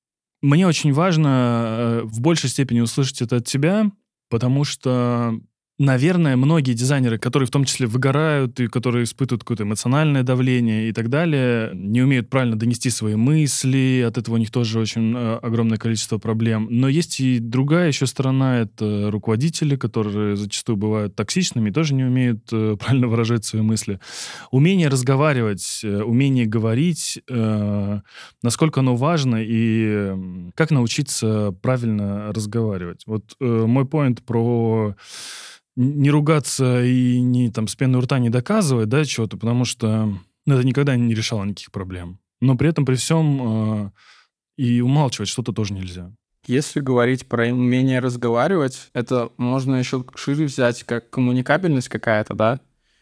Мне очень важно э, в большей степени услышать это от тебя, потому что, наверное, многие дизайнеры, которые в том числе выгорают и которые испытывают какое-то эмоциональное давление и так далее, не умеют правильно донести свои мысли, от этого у них тоже очень э, огромное количество проблем. Но есть и другая еще сторона, это руководители, которые зачастую бывают токсичными и тоже не умеют э, правильно выражать свои мысли. Умение разговаривать, э, умение говорить, э, насколько оно важно и м, как научиться правильно разговаривать. Вот э, мой поинт про н- не ругаться и не там с пеной у рта не доказывать, да, чего-то, потому что ну, это никогда не решало никаких проблем. Но при этом, при всем, э, и умалчивать что-то тоже нельзя. Если говорить про умение разговаривать, это можно еще шире взять как коммуникабельность какая-то, да?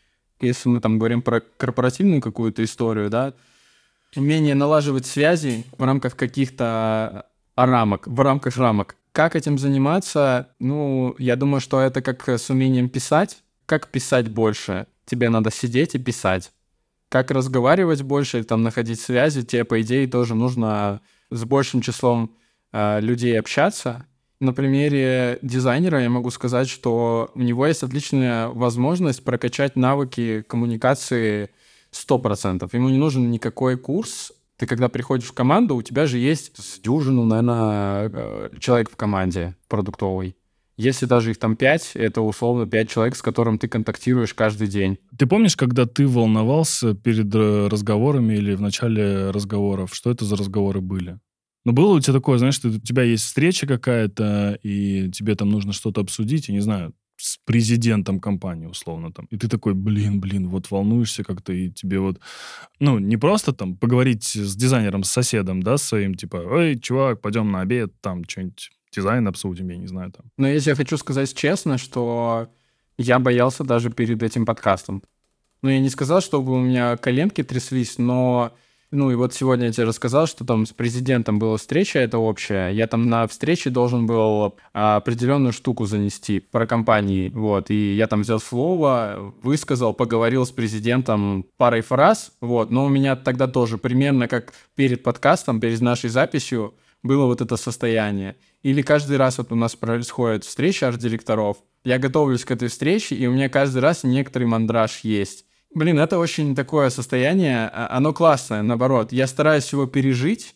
Если мы там говорим про корпоративную какую-то историю, да, умение налаживать связи в рамках каких-то рамок, в рамках рамок. Как этим заниматься? Ну, я думаю, что это как с умением писать. Как писать больше? Тебе надо сидеть и писать. Как разговаривать больше, там, находить связи, тебе, по идее, тоже нужно с большим числом э, людей общаться. На примере дизайнера я могу сказать, что у него есть отличная возможность прокачать навыки коммуникации сто процентов. Ему не нужен никакой курс. Ты когда приходишь в команду, у тебя же есть с дюжину, наверное, э, человек в команде продуктовой. Если даже их там пять, это условно пять человек, с которым ты контактируешь каждый день. Ты помнишь, когда ты волновался перед э, разговорами или в начале разговоров? Что это за разговоры были? Ну, было у тебя такое, знаешь, что у тебя есть встреча какая-то, и тебе там нужно что-то обсудить, я не знаю, с президентом компании, условно, там. И ты такой, блин, блин, вот волнуешься как-то, и тебе вот, ну, не просто там поговорить с дизайнером, с соседом, да, своим, типа, эй, чувак, пойдем на обед, там, что-нибудь, дизайн обсудим, я не знаю, там. Но если я хочу сказать честно, что я боялся даже перед этим подкастом. Ну, я не сказал, чтобы у меня коленки тряслись, но... Ну, и вот сегодня я тебе рассказал, что там с президентом была встреча, это общая. Я там на встрече должен был а, определенную штуку занести про компании, вот. И я там взял слово, высказал, поговорил с президентом парой фраз, вот. Но у меня тогда тоже примерно как перед подкастом, перед нашей записью было вот это состояние. Или каждый раз вот у нас происходит встреча арт-директоров, я готовлюсь к этой встрече, и у меня каждый раз некоторый мандраж есть. Блин, это очень такое состояние, а- оно классное, наоборот. Я стараюсь его пережить,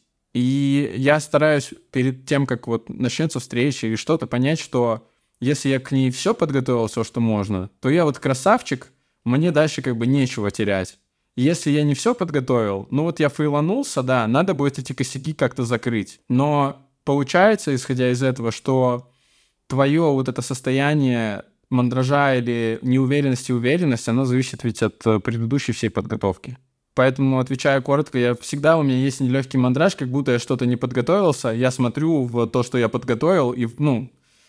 и я стараюсь перед тем, как вот начнется встреча или что-то, понять, что если я к ней все подготовил, все, что можно, то я вот красавчик, мне дальше как бы нечего терять. Если я не все подготовил, ну вот я фейланулся, да, надо будет эти косяки как-то закрыть. Но получается, исходя из этого, что твое вот это состояние мандража или неуверенности, уверенности, оно зависит ведь от э, предыдущей всей подготовки. Поэтому, отвечая коротко, я всегда, у меня есть нелегкий мандраж, как будто я что-то не подготовился, я смотрю в то, что я подготовил, и, ну,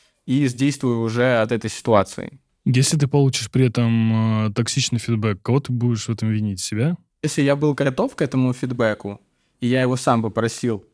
и действую уже от этой ситуации. Если ты получишь при этом э, токсичный фидбэк, кого ты будешь в этом винить? Себя? Если я был готов к этому фидбэку, и я его сам попросил,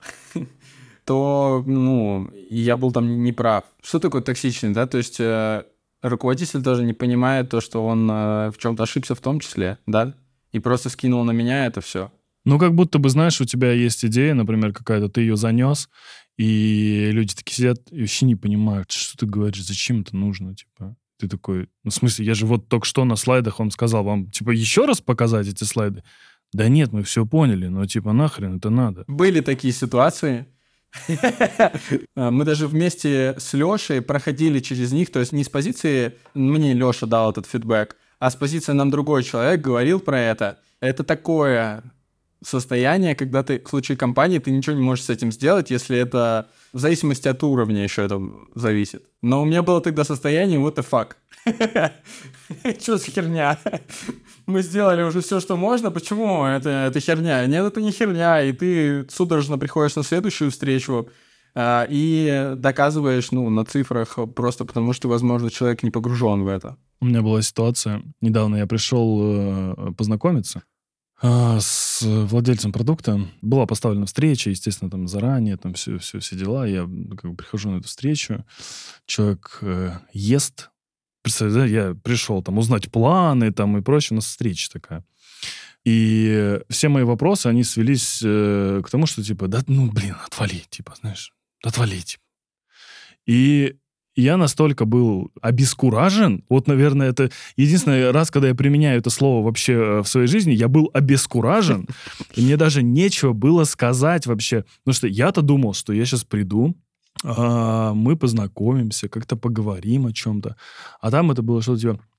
то, ну, я был там неправ. Что такое токсичный, да? То есть э, руководитель тоже не понимает то, что он э, в чем-то ошибся в том числе, да? И просто скинул на меня это все. Ну, как будто бы, знаешь, у тебя есть идея, например, какая-то, ты ее занес, и люди такие сидят и вообще не понимают, что ты говоришь, зачем это нужно, типа. Ты такой, ну, в смысле, я же вот только что на слайдах вам сказал, вам, типа, еще раз показать эти слайды? Да нет, мы все поняли, но, типа, нахрен это надо? Были такие ситуации. Мы даже вместе с Лешей проходили через них, то есть не с позиции «мне Леша дал этот фидбэк», а с позиции «нам другой человек говорил про это». Это такое состояние, когда ты в случае компании ты ничего не можешь с этим сделать, если это в зависимости от уровня еще это зависит. Но у меня было тогда состояние what the fuck. Что за херня? Мы сделали уже все, что можно. Почему это, это херня? Нет, это не херня. И ты судорожно приходишь на следующую встречу а, и доказываешь, ну, на цифрах просто потому, что, возможно, человек не погружен в это. У меня была ситуация, недавно я пришел э, познакомиться а, с владельцем продукта. Была поставлена встреча, естественно, там заранее, там все, все, все дела. Я ну, как бы прихожу на эту встречу, человек э, ест, Представь, да, я пришел там узнать планы там и прочее, у нас встреча такая. И все мои вопросы, они свелись э, к тому, что типа, да, ну, блин, отвали, типа, знаешь, отвали, типа. И я настолько был обескуражен, вот, наверное, это единственный раз, когда я применяю это слово вообще э, в своей жизни, я был обескуражен, и мне даже нечего было сказать вообще. Потому что я-то думал, что я сейчас приду, а, мы познакомимся, как-то поговорим о чем-то. А там это было что-то типа...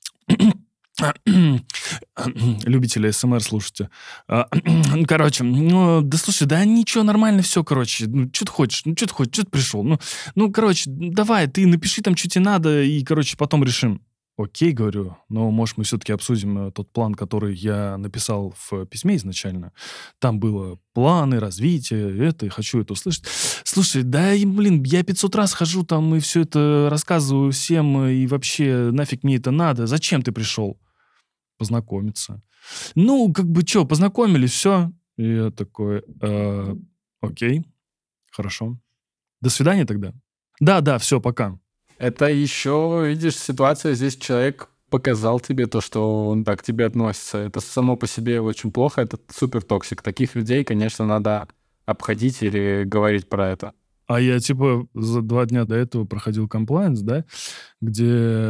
Любители СМР слушайте. А, ну, короче, ну, да слушай, да ничего, нормально все, короче. Ну, что ты хочешь? Ну, что ты хочешь? Что ты пришел? Ну, ну, короче, давай, ты напиши там, что тебе надо, и, короче, потом решим. Окей, говорю, но, может, мы все-таки обсудим э, тот план, который я написал в письме изначально. Там было планы, развитие, это, и хочу это услышать. Слушай, да, и, блин, я пятьсот раз хожу там и все это рассказываю всем, и вообще нафиг мне это надо. Зачем ты пришел? Познакомиться. Ну, как бы, что, познакомились, все. И я такой, э, окей, хорошо. До свидания тогда. Да, да, все, пока. Это еще, видишь, ситуация, здесь человек показал тебе то, что он так к тебе относится. Это само по себе очень плохо, это супер токсик. Таких людей, конечно, надо обходить или говорить про это. А я, типа, за два дня до этого проходил комплайнс, да, где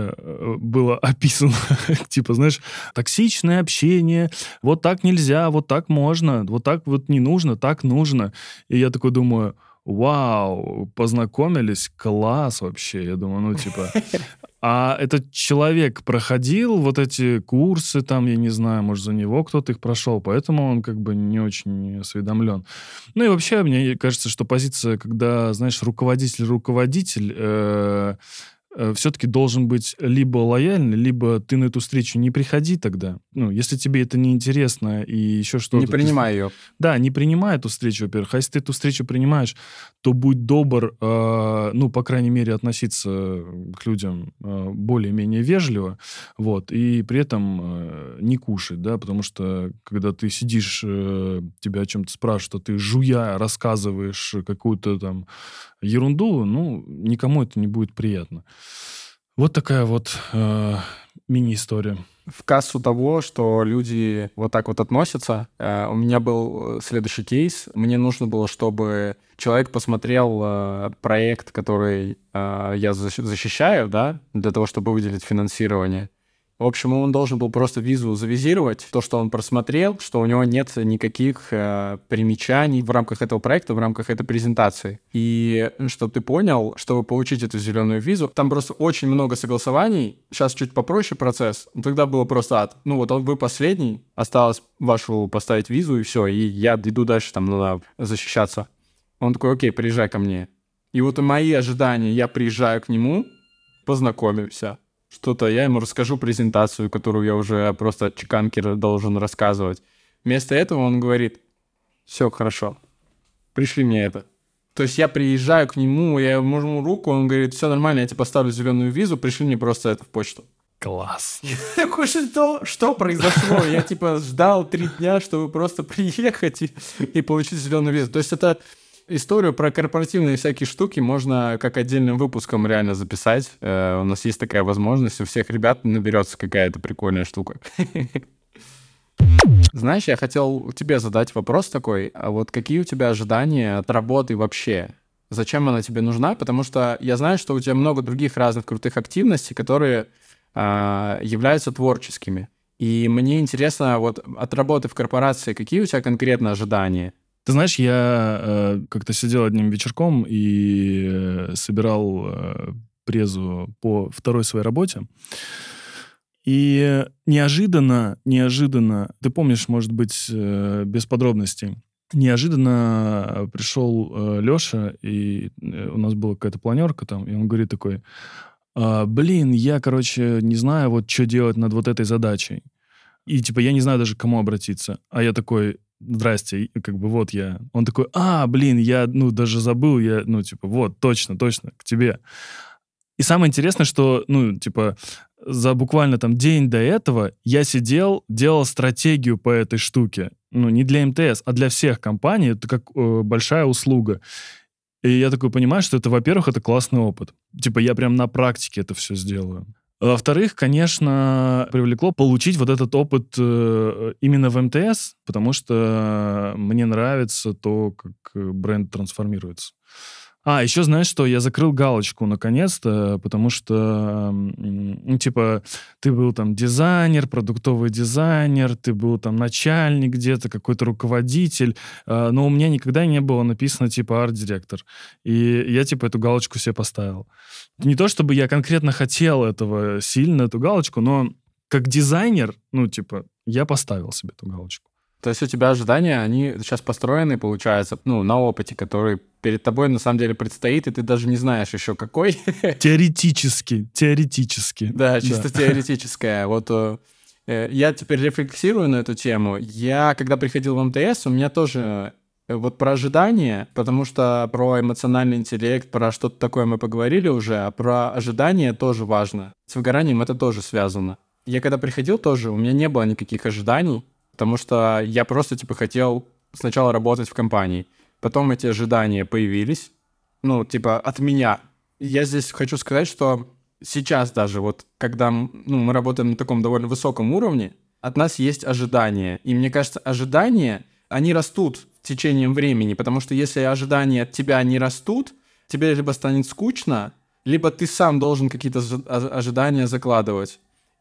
э, было описано, типа, знаешь, токсичное общение, вот так нельзя, вот так можно, вот так вот не нужно, так нужно. И я такой думаю, вау, познакомились, класс вообще. Я думаю, ну, типа... А этот человек проходил вот эти курсы, там, я не знаю, может, за него кто-то их прошел, поэтому он как бы не очень осведомлен. Ну и вообще, мне кажется, что позиция, когда, знаешь, руководитель-руководитель, э, э, все-таки должен быть либо лояльный, либо ты на эту встречу не приходи тогда. Ну, если тебе это не интересно и еще что-то... Не ты- принимай ее. Да, не принимай эту встречу, во-первых. А если ты эту встречу принимаешь, то будь добр, э, ну, по крайней мере, относиться к людям э, более-менее вежливо, вот, и при этом э, не кушать, да, потому что, когда ты сидишь, э, тебя о чем-то спрашивают, а ты, жуя, рассказываешь какую-то там ерунду, ну, никому это не будет приятно. Вот такая вот э, мини-история. В кассу того, что люди вот так вот относятся, э, у меня был э, следующий кейс. Мне нужно было, чтобы человек посмотрел э, проект, который э, я защ- защищаю, да, для того, чтобы выделить финансирование. В общем, он должен был просто визу завизировать, то, что он просмотрел, что у него нет никаких э, примечаний в рамках этого проекта, в рамках этой презентации. И чтобы ты понял, чтобы получить эту зеленую визу, там просто очень много согласований. Сейчас чуть попроще процесс. Но тогда было просто ад. Ну вот вы последний, осталось вашу поставить визу и все, и я иду дальше, там надо защищаться. Он такой, окей, приезжай ко мне. И вот мои ожидания, я приезжаю к нему, познакомимся. Что-то я ему расскажу презентацию, которую я уже просто чеканкер должен рассказывать. Вместо этого он говорит, все хорошо, пришли мне это. То есть я приезжаю к нему, я ему жму руку, он говорит, все нормально, я тебе поставлю зеленую визу, пришли мне просто это в почту. Класс. Такой, что, что произошло? Я типа ждал три дня, чтобы просто приехать и, и получить зеленую визу. То есть это историю про корпоративные всякие штуки можно как отдельным выпуском реально записать. Э, у нас есть такая возможность, у всех ребят наберется какая-то прикольная штука. Знаешь, я хотел тебе задать вопрос такой. А вот какие у тебя ожидания от работы вообще? Зачем она тебе нужна? Потому что я знаю, что у тебя много других разных крутых активностей, которые а, являются творческими. И мне интересно, вот от работы в корпорации какие у тебя конкретно ожидания? Ты знаешь, я э, как-то сидел одним вечерком и э, собирал э, презу по второй своей работе. И неожиданно, неожиданно, ты помнишь, может быть, э, без подробностей, неожиданно пришел э, Леша, и э, у нас была какая-то планерка там, и он говорит такой, «А, блин, я, короче, не знаю, вот что делать над вот этой задачей. И, типа, я не знаю даже, к кому обратиться. А я такой, здрасте, и как бы вот я. Он такой, а, блин, я, ну, даже забыл, я, ну, типа, вот, точно, точно, к тебе. И самое интересное, что, ну, типа, за буквально там день до этого я сидел, делал стратегию по этой штуке. Ну, не для МТС, а для всех компаний. Это как э, большая услуга. И я такой понимаю, что это, во-первых, это классный опыт. Типа, я прям на практике это все сделаю. Во-вторых, конечно, привлекло получить вот этот опыт э, именно в эм тэ эс, потому что мне нравится то, как э, бренд трансформируется. А, еще знаешь что? Я закрыл галочку наконец-то, потому что, м, ну, типа, ты был там дизайнер, продуктовый дизайнер, ты был там начальник где-то, какой-то руководитель, а, но у меня никогда не было написано, типа, арт-директор. И я, типа, эту галочку себе поставил. Не то чтобы я конкретно хотел этого сильно, эту галочку, но как дизайнер, ну, типа, я поставил себе эту галочку. То есть у тебя ожидания, они сейчас построены, получается, ну, на опыте, который перед тобой на самом деле предстоит, и ты даже не знаешь еще какой. Теоретически, теоретически. Да, чисто теоретическое. Вот э, э, я теперь рефлексирую на эту тему. Я, когда приходил в эм тэ эс, у меня тоже э, вот про ожидания, потому что про эмоциональный интеллект, про что-то такое мы поговорили уже, а про ожидания тоже важно. С выгоранием это тоже связано. Я когда приходил тоже, у меня не было никаких ожиданий, потому что я просто, типа, хотел сначала работать в компании. Потом эти ожидания появились, ну, типа, от меня. Я здесь хочу сказать, что сейчас даже вот, когда ну, мы работаем на таком довольно высоком уровне, от нас есть ожидания. И мне кажется, ожидания, они растут в течение времени, потому что если ожидания от тебя не растут, тебе либо станет скучно, либо ты сам должен какие-то ожидания закладывать.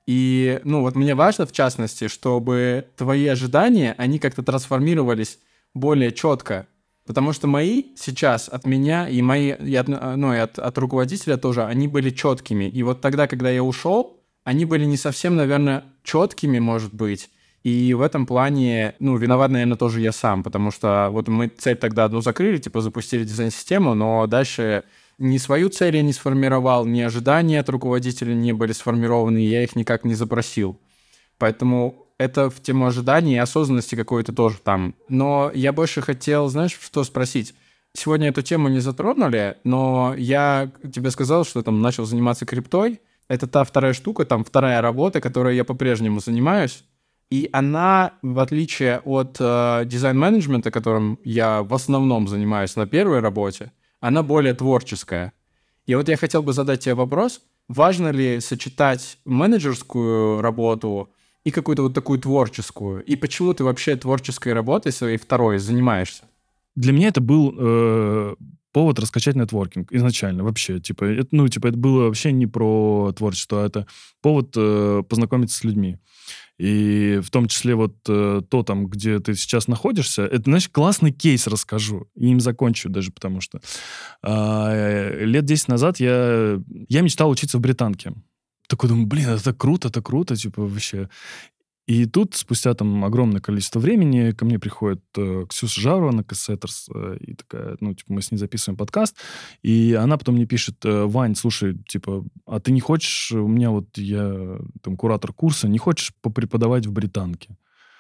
И, ну, вот мне важно, в частности, чтобы твои ожидания, они как-то трансформировались более четко. Потому что мои сейчас от меня и мои, и от, ну, и от, от руководителя тоже, они были четкими. И вот тогда, когда я ушел, они были не совсем, наверное, четкими, может быть. И в этом плане, ну, виноват, наверное, тоже я сам. Потому что вот мы цель тогда одну закрыли, типа запустили дизайн-систему, но дальше... Ни свою цель я не сформировал, ни ожидания от руководителя не были сформированы, я их никак не запросил. Поэтому это в тему ожиданий и осознанности какой-то тоже там. Но я больше хотел, знаешь, что спросить? Сегодня эту тему не затронули, но я тебе сказал, что там начал заниматься криптой. Это та вторая штука, там вторая работа, которой я по-прежнему занимаюсь. И она, в отличие от э, дизайн-менеджмента, которым я в основном занимаюсь на первой работе, она более творческая. И вот я хотел бы задать тебе вопрос, важно ли сочетать менеджерскую работу и какую-то вот такую творческую? И почему ты вообще творческой работой своей второй занимаешься? Для меня это был э, повод раскачать нетворкинг изначально вообще. Типа, это, ну, типа, это было вообще не про творчество, а это повод э, познакомиться с людьми. И в том числе вот э, то, там, где ты сейчас находишься, это, знаешь, классный кейс расскажу. И им закончу даже, потому что э, лет десять назад я, я мечтал учиться в британке. Такой думаю, блин, это круто, это круто, типа, вообще. И тут, спустя там огромное количество времени, ко мне приходит э, Ксюша Жарова на Кассетерс, э, и такая, ну, типа, мы с ней записываем подкаст, и она потом мне пишет, э, Вань, слушай, типа, а ты не хочешь, у меня вот, я там куратор курса, не хочешь попреподавать в британке?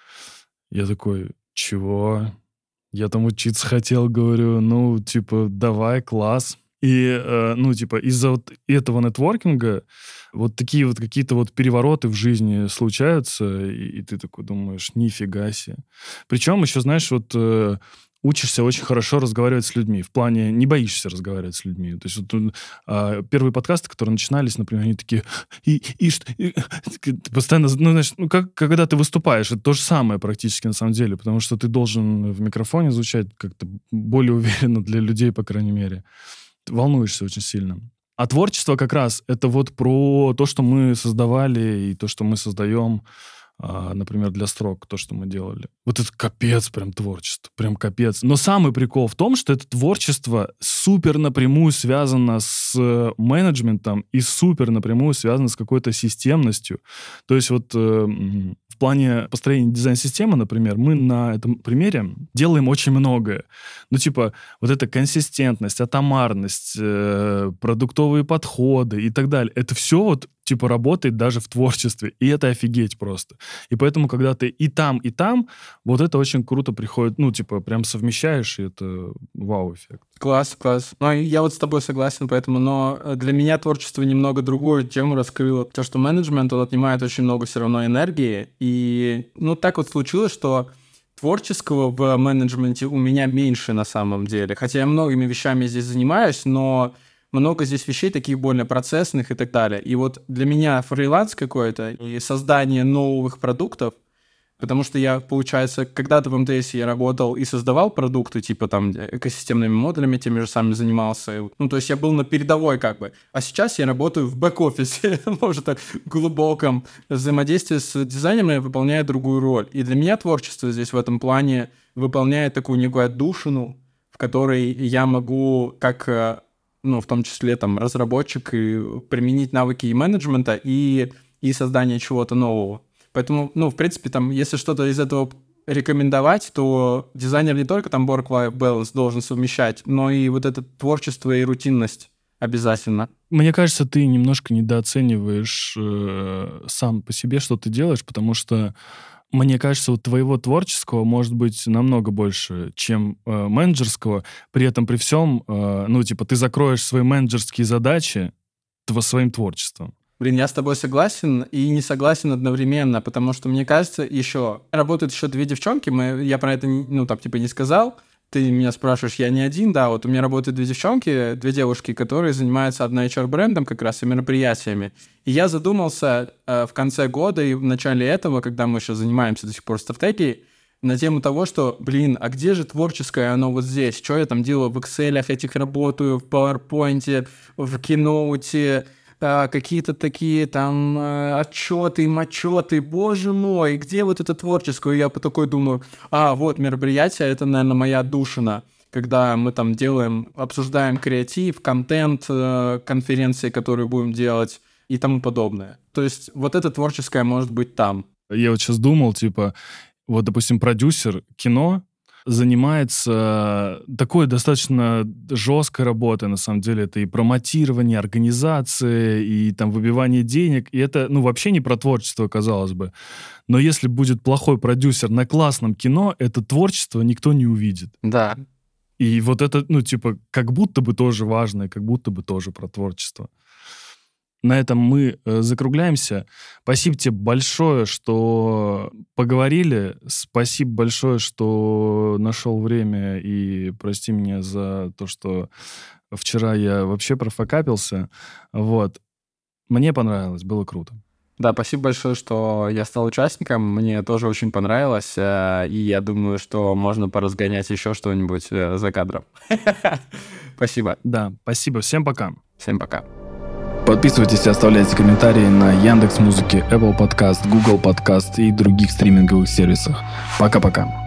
Я такой, чего? Я там учиться хотел, говорю, ну, типа, давай, класс. И, э, ну, типа, из-за вот этого нетворкинга вот такие вот какие-то вот перевороты в жизни случаются, и, и ты такой думаешь, нифига себе. Причем еще, знаешь, вот э, учишься очень хорошо разговаривать с людьми. В плане не боишься разговаривать с людьми. То есть вот э, первые подкасты, которые начинались, например, они такие, и, и что? И, ты постоянно, ну, знаешь, ну, как, когда ты выступаешь, это то же самое практически на самом деле, потому что ты должен в микрофоне звучать как-то более уверенно для людей, по крайней мере. Волнуешься очень сильно. А творчество как раз это вот про то, что мы создавали и то, что мы создаем, а, например, для строк, то, что мы делали. Вот это капец прям творчество, прям капец. Но самый прикол в том, что это творчество супер напрямую связано с менеджментом и супер напрямую связано с какой-то системностью. То есть вот э, в плане построения дизайн-системы, например, мы на этом примере делаем очень многое. Ну, типа, вот эта консистентность, атомарность, э, продуктовые подходы и так далее. Это все вот типа работает даже в творчестве. И это офигеть просто. И поэтому, когда ты и там, и там, вот это очень круто приходит, ну, типа, прям совмещаешь, и это вау-эффект. Класс, класс. Ну, я вот с тобой согласен, поэтому, но для меня творчество немного другую тему раскрыло. То, что менеджмент, он отнимает очень много все равно энергии. И, ну, так вот случилось, что творческого в менеджменте у меня меньше на самом деле. Хотя я многими вещами здесь занимаюсь, но много здесь вещей таких более процессных и так далее. И вот для меня фриланс какой-то и создание новых продуктов, потому что я, получается, когда-то в эм тэ эс я работал и создавал продукты, типа там экосистемными модулями теми же самыми занимался. Ну, то есть я был на передовой как бы. А сейчас я работаю в бэк-офисе, может, так, глубоком взаимодействии с дизайнером, я выполняю другую роль. И для меня творчество здесь в этом плане выполняет такую некую отдушину, в которой я могу, как, ну, в том числе там разработчик, и применить навыки и менеджмента, и, и создания чего-то нового. Поэтому, ну, в принципе, там, если что-то из этого рекомендовать, то дизайнер не только там work-life balance должен совмещать, но и вот это творчество и рутинность обязательно. Мне кажется, ты немножко недооцениваешь э, сам по себе, что ты делаешь, потому что мне кажется, вот твоего творческого может быть намного больше, чем э, менеджерского. При этом, при всем, э, ну, типа, ты закроешь свои менеджерские задачи тво- своим творчеством. Блин, я с тобой согласен и не согласен одновременно, потому что, мне кажется, еще работают еще две девчонки, мы, я про это, ну, там, типа, не сказал, ты меня спрашиваешь, я не один, да, вот у меня работают две девчонки, две девушки, которые занимаются одна эйч ар-брендом как раз и мероприятиями. И я задумался э, в конце года и в начале этого, когда мы еще занимаемся до сих пор стратегией, на тему того, что, блин, а где же творческое оно вот здесь? Что я там делаю в Excel этих работаю, в PowerPoint, в Keynote, какие-то такие там э, отчеты, мачеты, боже мой, где вот это творческое? Я по такой думаю, а, вот мероприятие, это, наверное, моя отдушина, когда мы там делаем, обсуждаем креатив, контент, э, конференции, которые будем делать и тому подобное. То есть вот это творческое может быть там. Я вот сейчас думал, типа, вот, допустим, продюсер кино занимается такой достаточно жесткой работой, на самом деле. Это и промотирование, организация, и там выбивание денег. И это, ну, вообще не про творчество, казалось бы. Но если будет плохой продюсер на классном кино, это творчество никто не увидит. Да. И вот это, ну, типа, как будто бы тоже важно, и как будто бы тоже про творчество. На этом мы э, закругляемся. Спасибо тебе большое, что поговорили. Спасибо большое, что нашел время. И прости меня за то, что вчера я вообще профокапился. Вот. Мне понравилось, было круто. Да, спасибо большое, что я стал участником. Мне тоже очень понравилось. э, И я думаю, что можно поразгонять еще что-нибудь э, за кадром. Спасибо. Да, спасибо. Всем пока. Всем пока. Подписывайтесь и оставляйте комментарии на Яндекс.Музыке, Apple Podcast, Google Podcast и других стриминговых сервисах. Пока-пока.